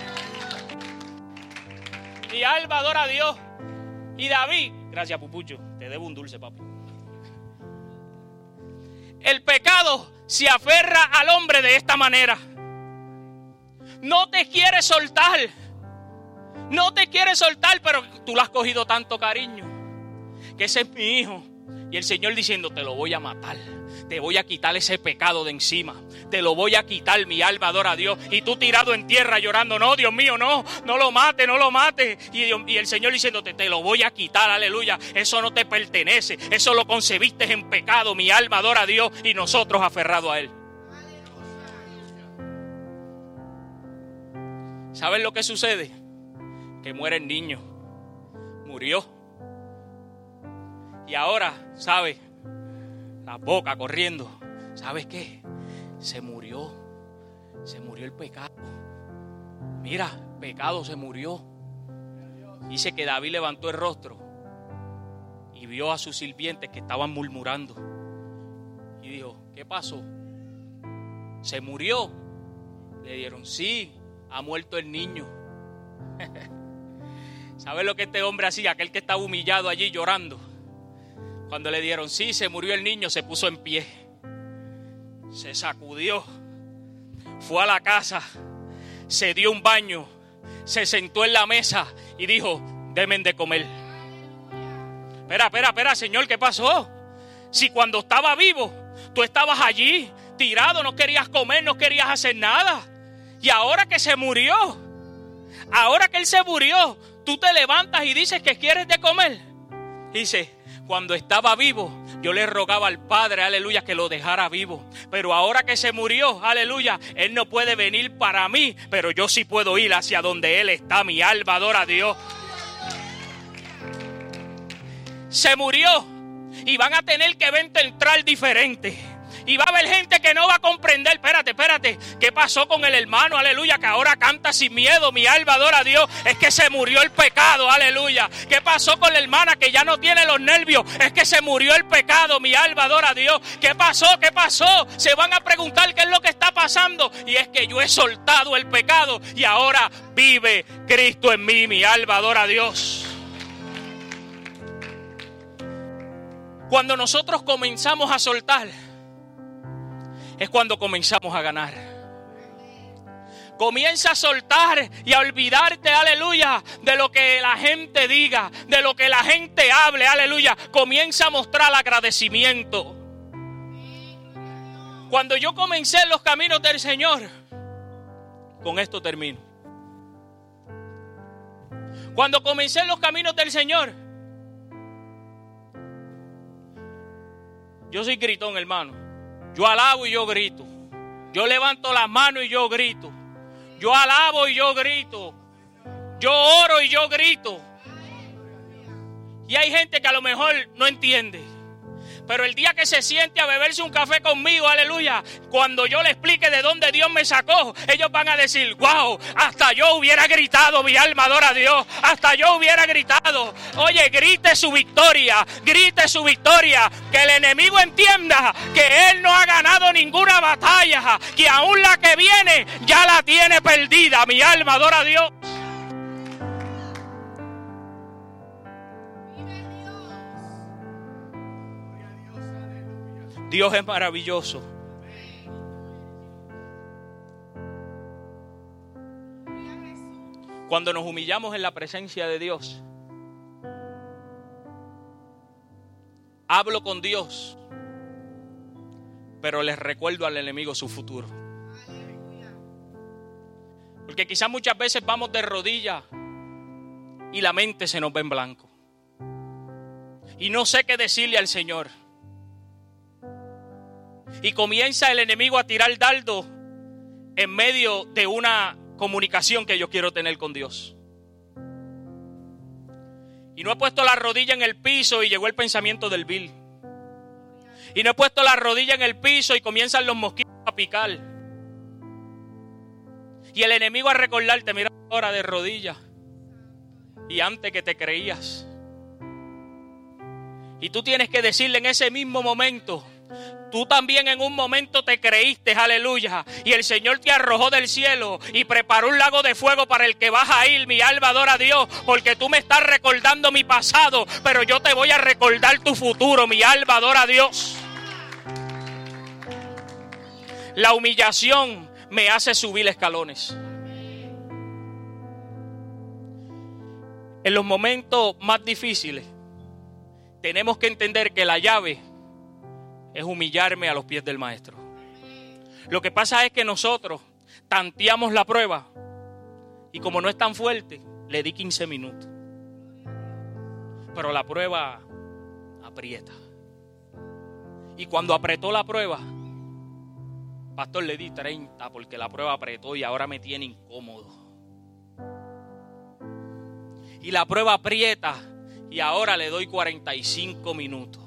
Mi alma adora a Dios. Y David, gracias Pupucho, te debo un dulce, papi. El pecado se aferra al hombre de esta manera. No te quiere soltar. No te quiere soltar, pero tú le has cogido tanto cariño. Que ese es mi hijo. Y el Señor diciendo, te lo voy a matar. Te voy a quitar ese pecado de encima. Te lo voy a quitar, mi alma adora a Dios. Y tú tirado en tierra llorando, no, Dios mío, no lo mates. Y el Señor diciéndote, te lo voy a quitar, aleluya. Eso no te pertenece. Eso lo concebiste en pecado, mi alma adora a Dios. Y nosotros aferrados a Él. ¿Sabes lo que sucede? Que muere el niño. Murió. Y ahora, ¿sabes? La boca corriendo. ¿Sabes qué? Se murió el pecado. Mira, pecado se murió. Dice que David levantó el rostro y vio a sus sirvientes que estaban murmurando. Y dijo, ¿qué pasó? ¿Se murió? Le dieron, sí, ha muerto el niño. ¿Sabes lo que este hombre hacía? Aquel que estaba humillado allí llorando. Cuando le dieron, sí, se murió el niño, se puso en pie. Se sacudió. Fue a la casa. Se dio un baño. Se sentó en la mesa y dijo, denme de comer. Espera, Señor, ¿qué pasó? Si cuando estaba vivo, tú estabas allí, tirado, no querías comer, no querías hacer nada. Y ahora que se murió, ahora que él se murió, tú te levantas y dices que quieres de comer. Dice, cuando estaba vivo, yo le rogaba al Padre, aleluya, que lo dejara vivo. Pero ahora que se murió, aleluya, Él no puede venir para mí, pero yo sí puedo ir hacia donde Él está. Mi alma adora a Dios. Se murió y van a tener que verte entrar diferente. Y va a haber gente que no va a comprender. Espérate, ¿qué pasó con el hermano? Aleluya, que ahora canta sin miedo. Mi alma adora a Dios. Es que se murió el pecado, aleluya. ¿Qué pasó con la hermana que ya no tiene los nervios? Es que se murió el pecado. Mi alma adora a Dios. ¿Qué pasó? Se van a preguntar qué es lo que está pasando. Y es que yo he soltado el pecado y ahora vive Cristo en mí. Mi alma adora a Dios. Cuando nosotros comenzamos a soltar, es cuando comenzamos a ganar. Comienza a soltar y a olvidarte, aleluya, de lo que la gente diga, de lo que la gente hable, aleluya. Comienza a mostrar agradecimiento. Cuando yo comencé en los caminos del Señor, con esto termino. Cuando comencé en los caminos del Señor, yo soy gritón, hermano. Yo alabo y yo grito. Yo levanto las manos y yo grito. Yo alabo y yo grito. Yo oro y yo grito. Y hay gente que a lo mejor no entiende. Pero el día que se siente a beberse un café conmigo, aleluya, cuando yo le explique de dónde Dios me sacó, ellos van a decir, wow, hasta yo hubiera gritado, mi alma adora a Dios, hasta yo hubiera gritado. Oye, grite su victoria, que el enemigo entienda que él no ha ganado ninguna batalla, que aún la que viene ya la tiene perdida, mi alma adora a Dios. Dios es maravilloso. Cuando nos humillamos en la presencia de Dios, hablo con Dios, pero les recuerdo al enemigo su futuro. Porque quizás muchas veces vamos de rodillas y la mente se nos ve en blanco. Y no sé qué decirle al Señor. Y comienza el enemigo a tirar dardo en medio de una comunicación que yo quiero tener con Dios. Y no he puesto la rodilla en el piso y llegó el pensamiento del vil. Y no he puesto la rodilla en el piso y comienzan los mosquitos a picar. Y el enemigo a recordarte, mira ahora de rodillas. Y antes que te creías. Y tú tienes que decirle en ese mismo momento, tú también en un momento te creíste, aleluya, y el Señor te arrojó del cielo y preparó un lago de fuego para el que vas a ir. Mi alma adora a Dios, porque tú me estás recordando mi pasado, pero yo te voy a recordar tu futuro. Mi alma adora a Dios. La humillación me hace subir escalones. En los momentos más difíciles tenemos que entender que la llave es humillarme a los pies del maestro. Lo que pasa es que nosotros tanteamos la prueba y como no es tan fuerte, le di 15 minutos. Pero la prueba aprieta. Y cuando apretó la prueba, pastor, le di 30 porque la prueba apretó y ahora me tiene incómodo. Y la prueba aprieta y ahora le doy 45 minutos.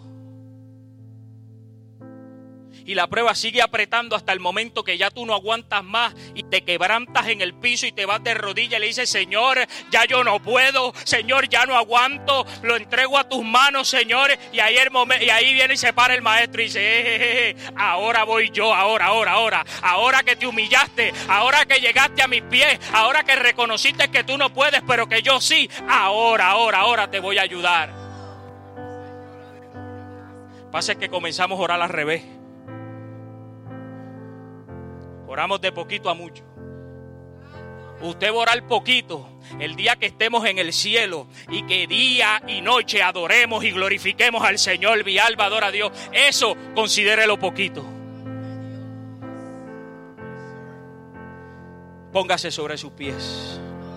Y la prueba sigue apretando hasta el momento que ya tú no aguantas más y te quebrantas en el piso y te vas de rodillas y le dices, Señor, ya yo no puedo, Señor, ya no aguanto, lo entrego a tus manos, Señor. Y ahí viene y se para el maestro y dice, ahora voy yo, ahora que te humillaste, ahora que llegaste a mis pies, ahora que reconociste que tú no puedes, pero que yo sí, ahora te voy a ayudar. Pasa que comenzamos a orar al revés. Oramos de poquito a mucho. Usted va a orar poquito el día que estemos en el cielo y que día y noche adoremos y glorifiquemos al Señor. Mi alma adora a Dios. Eso considérelo poquito. Póngase sobre sus pies.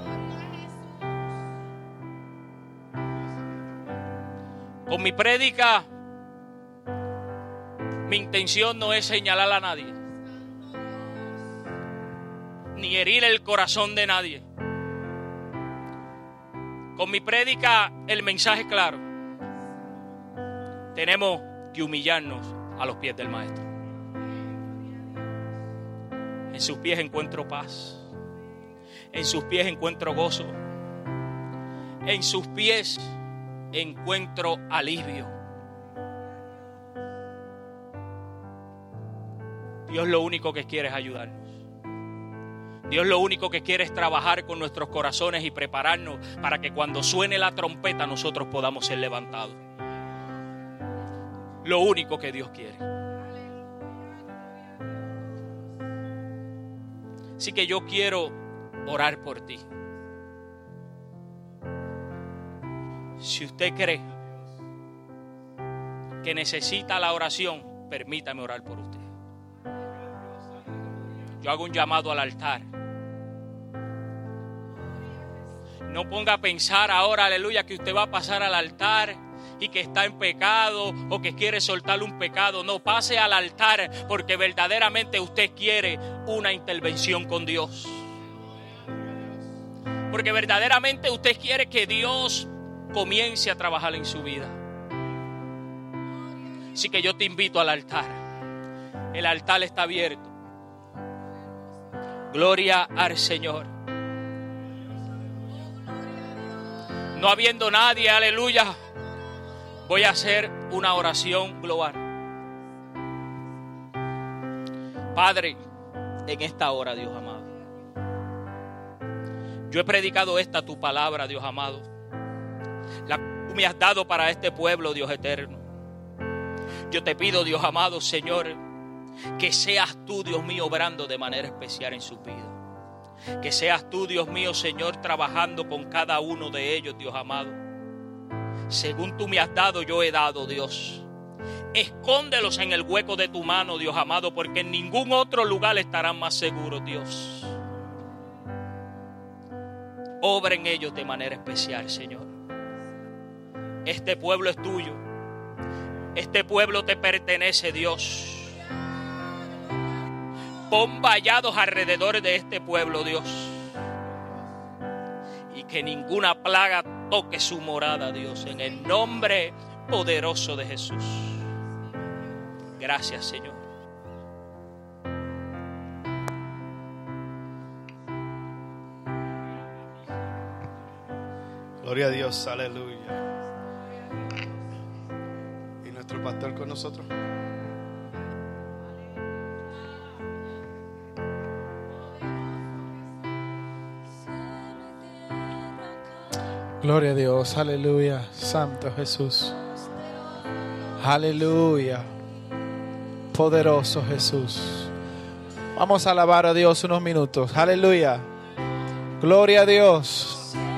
Con mi prédica, mi intención no es señalar a nadie, ni herir el corazón de nadie. Con mi prédica el mensaje es claro. Tenemos que humillarnos a los pies del maestro. En sus pies encuentro paz. En sus pies encuentro gozo. En sus pies encuentro alivio. Dios lo único que quiere es ayudarnos. Dios lo único que quiere es trabajar con nuestros corazones y prepararnos para que cuando suene la trompeta nosotros podamos ser levantados. Lo único que Dios quiere. Así que yo quiero orar por ti. Si usted cree que necesita la oración, permítame orar por usted. Yo hago un llamado al altar. No ponga a pensar ahora, aleluya, que usted va a pasar al altar y que está en pecado o que quiere soltar un pecado. No, pase al altar porque verdaderamente usted quiere una intervención con Dios. Porque verdaderamente usted quiere que Dios comience a trabajar en su vida. Así que yo te invito al altar. El altar está abierto. Gloria al Señor. No habiendo nadie, aleluya, voy a hacer una oración global. Padre, en esta hora, Dios amado, yo he predicado tu palabra, Dios amado, la que tú me has dado para este pueblo, Dios eterno. Yo te pido, Dios amado, Señor, que seas tú, Dios mío, obrando de manera especial en su vida. Que seas tú, Dios mío, Señor, trabajando con cada uno de ellos, Dios amado. Según tú me has dado, yo he dado, Dios. Escóndelos en el hueco de tu mano, Dios amado, porque en ningún otro lugar estarán más seguros, Dios. Obra en ellos de manera especial, Señor. Este pueblo es tuyo. Este pueblo te pertenece, Dios. Pon vallados alrededor de este pueblo, Dios. Y que ninguna plaga toque su morada, Dios. En el nombre poderoso de Jesús. Gracias, Señor. Gloria a Dios, aleluya. ¿Y nuestro pastor con nosotros? Gloria a Dios, aleluya, Santo Jesús. Aleluya, poderoso Jesús. Vamos a alabar a Dios unos minutos, aleluya. Gloria a Dios.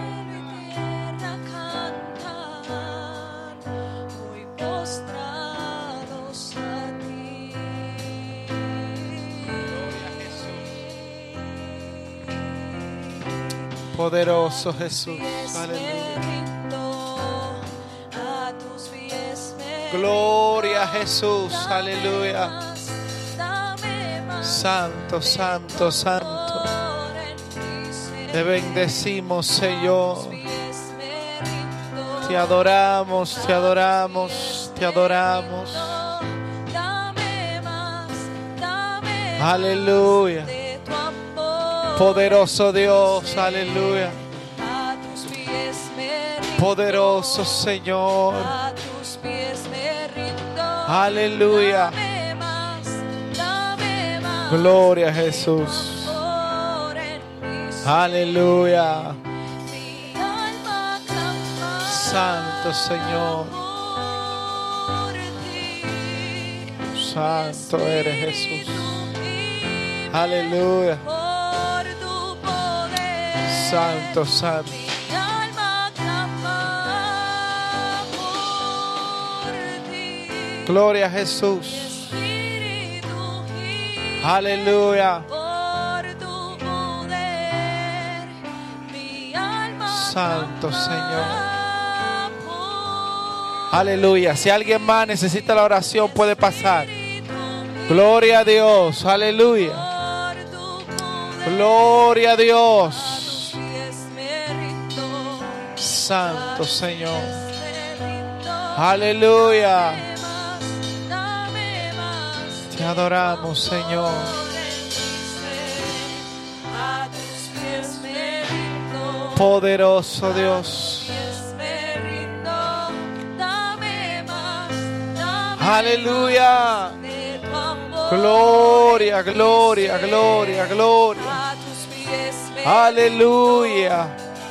Poderoso Jesús, aleluya. Gloria a Jesús, aleluya. Santo, santo, santo. Te bendecimos, Señor. Te adoramos, te adoramos, te adoramos. Aleluya. Poderoso Dios, aleluya. Poderoso Señor. Aleluya. Gloria a Jesús. Aleluya. Santo Señor. Santo eres Jesús. Aleluya. Santo, santo. Gloria a Jesús. Aleluya. Santo Señor. Aleluya. Si alguien más necesita la oración, puede pasar. Gloria a Dios. Aleluya. Gloria a Dios. Santo Señor. Aleluya. Te adoramos, Señor. Poderoso Dios. Aleluya. Gloria, gloria, gloria, gloria. Aleluya.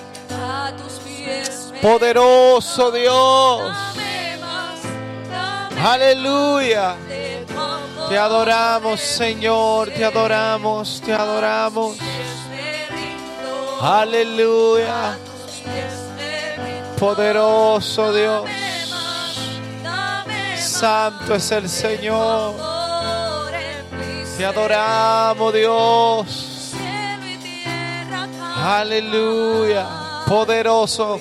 Poderoso Dios. Aleluya. Te adoramos, Señor. Te adoramos, te adoramos. Aleluya. Poderoso Dios. Santo es el Señor. Te adoramos, Dios. Aleluya. Poderoso.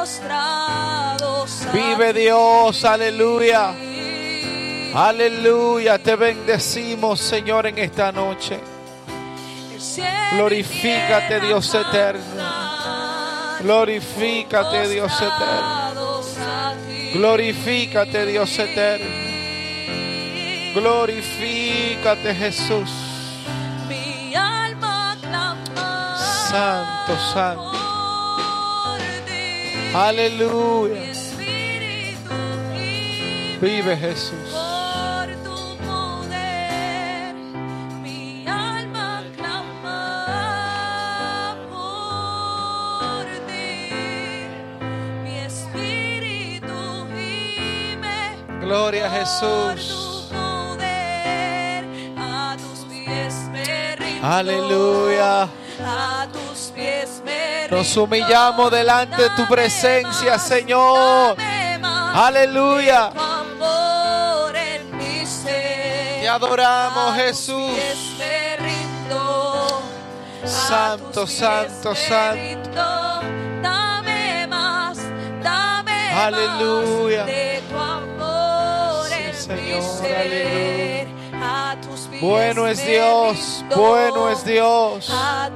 Vive Dios. Aleluya. Aleluya. Te bendecimos, Señor, en esta noche. Glorifícate, Dios eterno. Glorifícate, Dios eterno. Glorifícate, Dios eterno. Glorifícate, Jesús. Santo, santo. Aleluya. Vive Jesús. Gloria a Jesús. Aleluya. Nos humillamos delante de tu presencia, Señor. Aleluya. Te adoramos, Jesús. Santo, santo, santo. Aleluya. Señor, aleluya. Bueno es Dios, bueno es Dios.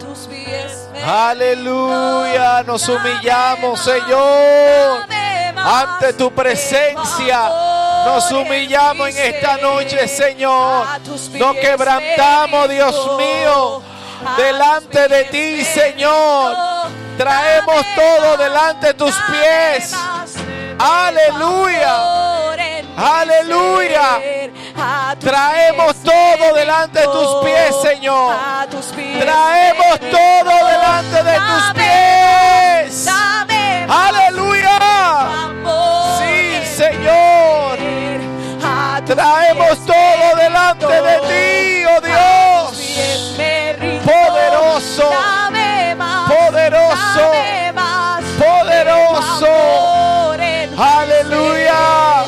Aleluya, nos humillamos, Señor, ante tu presencia. Nos humillamos en esta noche, Señor. Nos quebrantamos, Dios mío, delante de ti, Señor. Traemos todo delante de tus pies. Aleluya. Aleluya. Traemos todo delante de tus pies, Señor. Traemos todo delante de tus pies. Aleluya. Sí, Señor. Traemos todo delante de ti, oh Dios. Poderoso. Poderoso. Poderoso. Aleluya.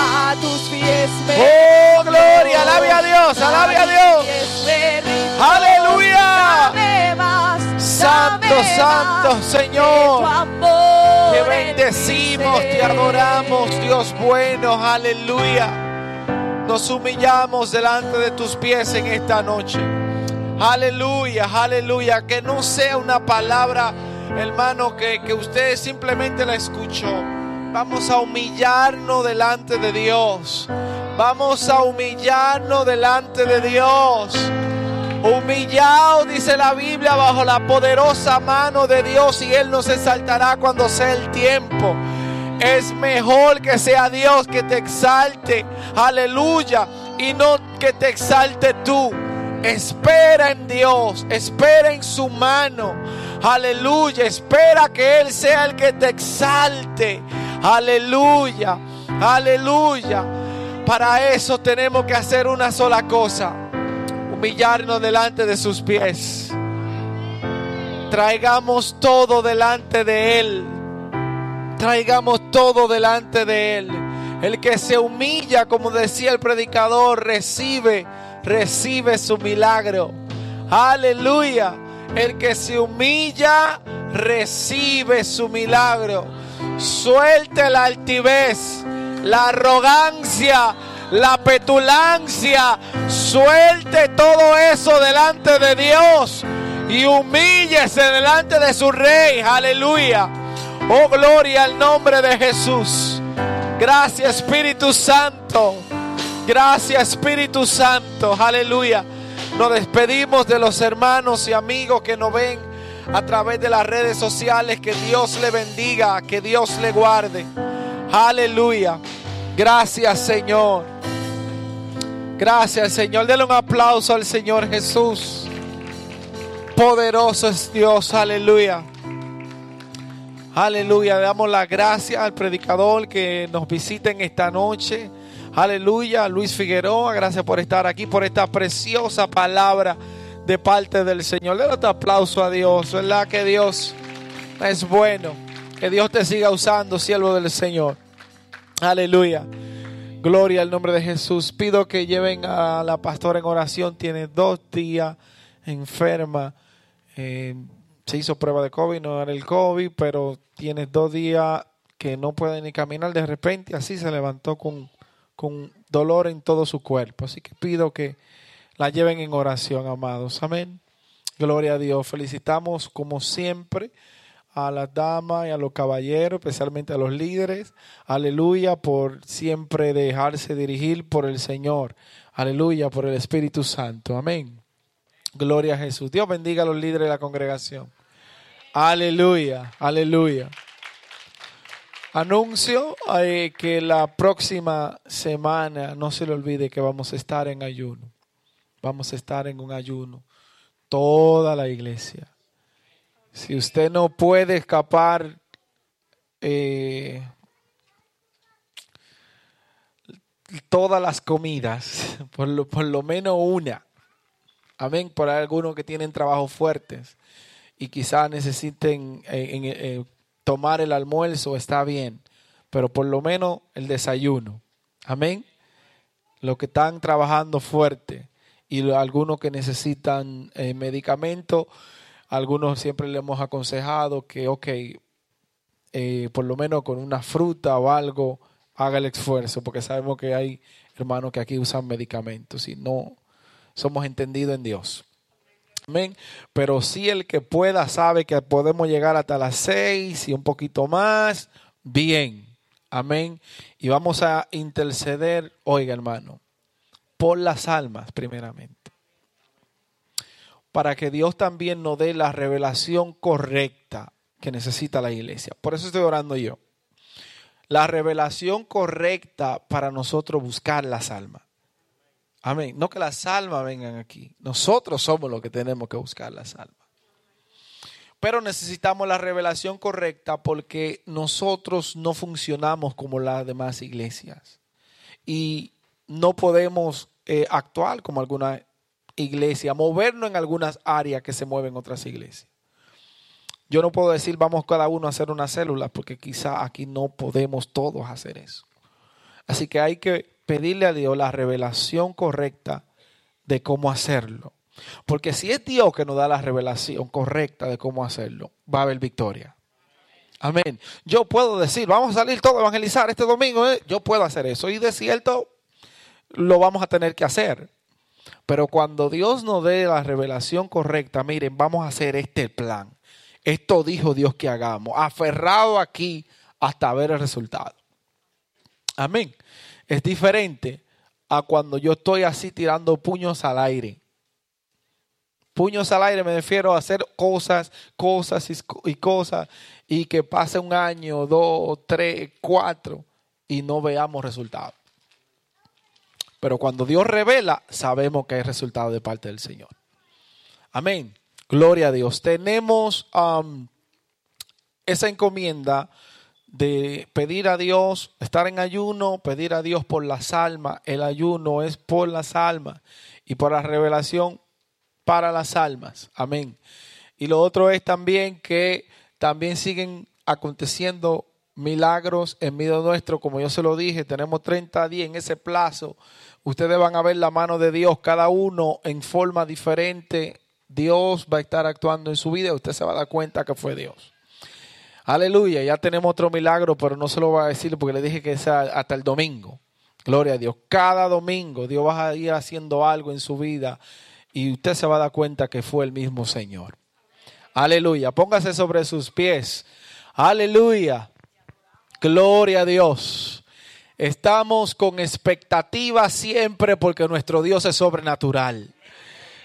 Oh, gloria, alabe a Dios, alabe a Dios. Aleluya. Santo, santo, Señor. Te bendecimos, te adoramos, Dios bueno, aleluya. Nos humillamos delante de tus pies en esta noche. Aleluya, aleluya. Que no sea una palabra, hermano, que usted simplemente la escuchó. Vamos a humillarnos delante de Dios. Vamos a humillarnos delante de Dios. Humillaos, dice la Biblia, bajo la poderosa mano de Dios, y Él nos exaltará cuando sea el tiempo. Es mejor que sea Dios que te exalte, aleluya, y no que te exalte tú. Espera en Dios, espera en su mano, aleluya, espera que Él sea el que te exalte, aleluya, aleluya. Para eso tenemos que hacer una sola cosa: humillarnos delante de sus pies. Traigamos todo delante de Él. Traigamos todo delante de Él. El que se humilla, como decía el predicador, recibe su milagro. Aleluya. El que se humilla, recibe su milagro. Suelte la altivez, la arrogancia, la petulancia. Suelte todo eso delante de Dios y humíllese delante de su Rey. Aleluya. Oh, gloria al nombre de Jesús. Gracias, Espíritu Santo. Gracias, Espíritu Santo. Aleluya. Nos despedimos de los hermanos y amigos que nos ven a través de las redes sociales. Que Dios le bendiga, que Dios le guarde. Aleluya. Gracias, Señor. Gracias, Señor. Denle un aplauso al Señor Jesús. Poderoso es Dios. Aleluya. Aleluya. Le damos las gracias al predicador que nos visita en esta noche. Aleluya. Luis Figueroa, gracias por estar aquí, por esta preciosa palabra de parte del Señor. Le doy otro aplauso a Dios. ¿Verdad que Dios es bueno? Que Dios te siga usando, siervo del Señor. Aleluya. Gloria al nombre de Jesús. Pido que lleven a la pastora en oración. Tiene 2 días enferma. Se hizo prueba de COVID, no era el COVID, pero tiene 2 días que no puede ni caminar. De repente así se levantó con dolor en todo su cuerpo. Así que pido que la lleven en oración, amados. Amén. Gloria a Dios. Felicitamos como siempre a las damas y a los caballeros, especialmente a los líderes. Aleluya, por siempre dejarse dirigir por el Señor. Aleluya, por el Espíritu Santo. Amén. Gloria a Jesús. Dios bendiga a los líderes de la congregación. Aleluya, aleluya. Anuncio que la próxima semana, no se le olvide que vamos a estar en ayuno. Vamos a estar en un ayuno. Toda la iglesia. Si usted no puede escapar todas las comidas, por lo menos una. Amén. Por algunos que tienen trabajos fuertes y quizás necesiten tomar el almuerzo, está bien. Pero por lo menos el desayuno. Amén. Los que están trabajando fuerte y algunos que necesitan medicamentos. Algunos siempre le hemos aconsejado que, por lo menos con una fruta o algo, haga el esfuerzo, porque sabemos que hay hermanos que aquí usan medicamentos y no somos entendidos en Dios. Amén. Pero sí, el que pueda sabe que podemos llegar hasta las 6 y un poquito más. Bien. Amén. Y vamos a interceder, oiga hermano, por las almas primeramente. Para que Dios también nos dé la revelación correcta que necesita la iglesia. Por eso estoy orando yo. La revelación correcta para nosotros buscar las almas. Amén. No que las almas vengan aquí. Nosotros somos los que tenemos que buscar las almas. Pero necesitamos la revelación correcta porque nosotros no funcionamos como las demás iglesias. Y no podemos actuar como alguna iglesia, movernos en algunas áreas que se mueven otras iglesias. Yo no puedo decir vamos cada uno a hacer una célula porque quizá aquí no podemos todos hacer eso. Así que hay que pedirle a Dios la revelación correcta de cómo hacerlo. Porque si es Dios que nos da la revelación correcta de cómo hacerlo, va a haber victoria. Amén. Yo puedo decir, vamos a salir todos a evangelizar este domingo. Yo puedo hacer eso y de cierto lo vamos a tener que hacer. Pero cuando Dios nos dé la revelación correcta, miren, vamos a hacer este plan. Esto dijo Dios que hagamos. Aferrado aquí hasta ver el resultado. Amén. Es diferente a cuando yo estoy así tirando puños al aire. Puños al aire me refiero a hacer cosas y que pase 1 año, 2, 3, 4 y no veamos resultados. Pero cuando Dios revela, sabemos que hay resultado de parte del Señor. Amén. Gloria a Dios. Tenemos esa encomienda de pedir a Dios, estar en ayuno, pedir a Dios por las almas. El ayuno es por las almas y por la revelación para las almas. Amén. Y lo otro es también que también siguen aconteciendo milagros en medio nuestro. Como yo se lo dije, tenemos 30 días en ese plazo. Ustedes van a ver la mano de Dios, cada uno en forma diferente. Dios va a estar actuando en su vida. Usted se va a dar cuenta que fue Dios. Aleluya, ya tenemos otro milagro, pero no se lo voy a decir porque le dije que es hasta el domingo. Gloria a Dios. Cada domingo Dios va a ir haciendo algo en su vida y usted se va a dar cuenta que fue el mismo Señor. Aleluya. Póngase sobre sus pies. Aleluya. Gloria a Dios. Estamos con expectativa siempre porque nuestro Dios es sobrenatural.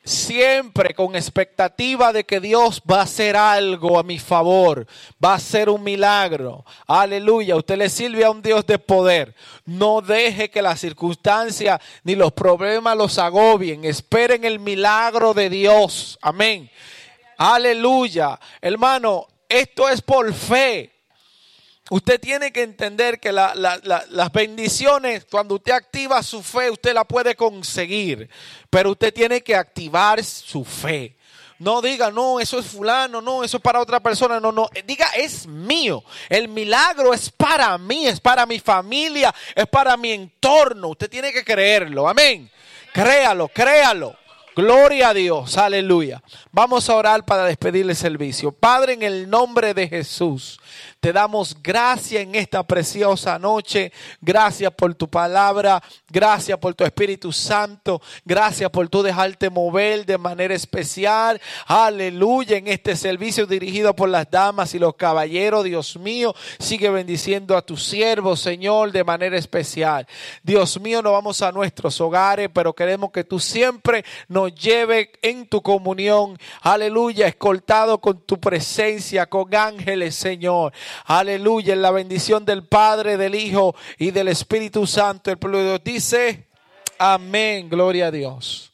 siempre con expectativa de que Dios va a hacer algo a mi favor, va a hacer un milagro. Aleluya, usted le sirve a un Dios de poder. No deje que las circunstancias ni los problemas los agobien. Esperen el milagro de Dios. Amén. Aleluya. Hermano, esto es por fe. Usted tiene que entender que las bendiciones, cuando usted activa su fe, usted la puede conseguir. Pero usted tiene que activar su fe. No diga, no, eso es fulano, no, eso es para otra persona. No. Diga, es mío. El milagro es para mí, es para mi familia, es para mi entorno. Usted tiene que creerlo. Amén. Créalo. Gloria a Dios, aleluya. Vamos a orar para despedir el servicio. Padre, en el nombre de Jesús, te damos gracias en esta preciosa noche. Gracias por tu palabra, gracias por tu Espíritu Santo, gracias por tu dejarte mover de manera especial. Aleluya, en este servicio dirigido por las damas y los caballeros. Dios mío, sigue bendiciendo a tus siervos, Señor, de manera especial. Dios mío, nos vamos a nuestros hogares, pero queremos que tú siempre nos lleve en tu comunión, aleluya, escoltado con tu presencia, con ángeles, Señor, aleluya, en la bendición del Padre, del Hijo y del Espíritu Santo. El pueblo de Dios dice, amén, gloria a Dios.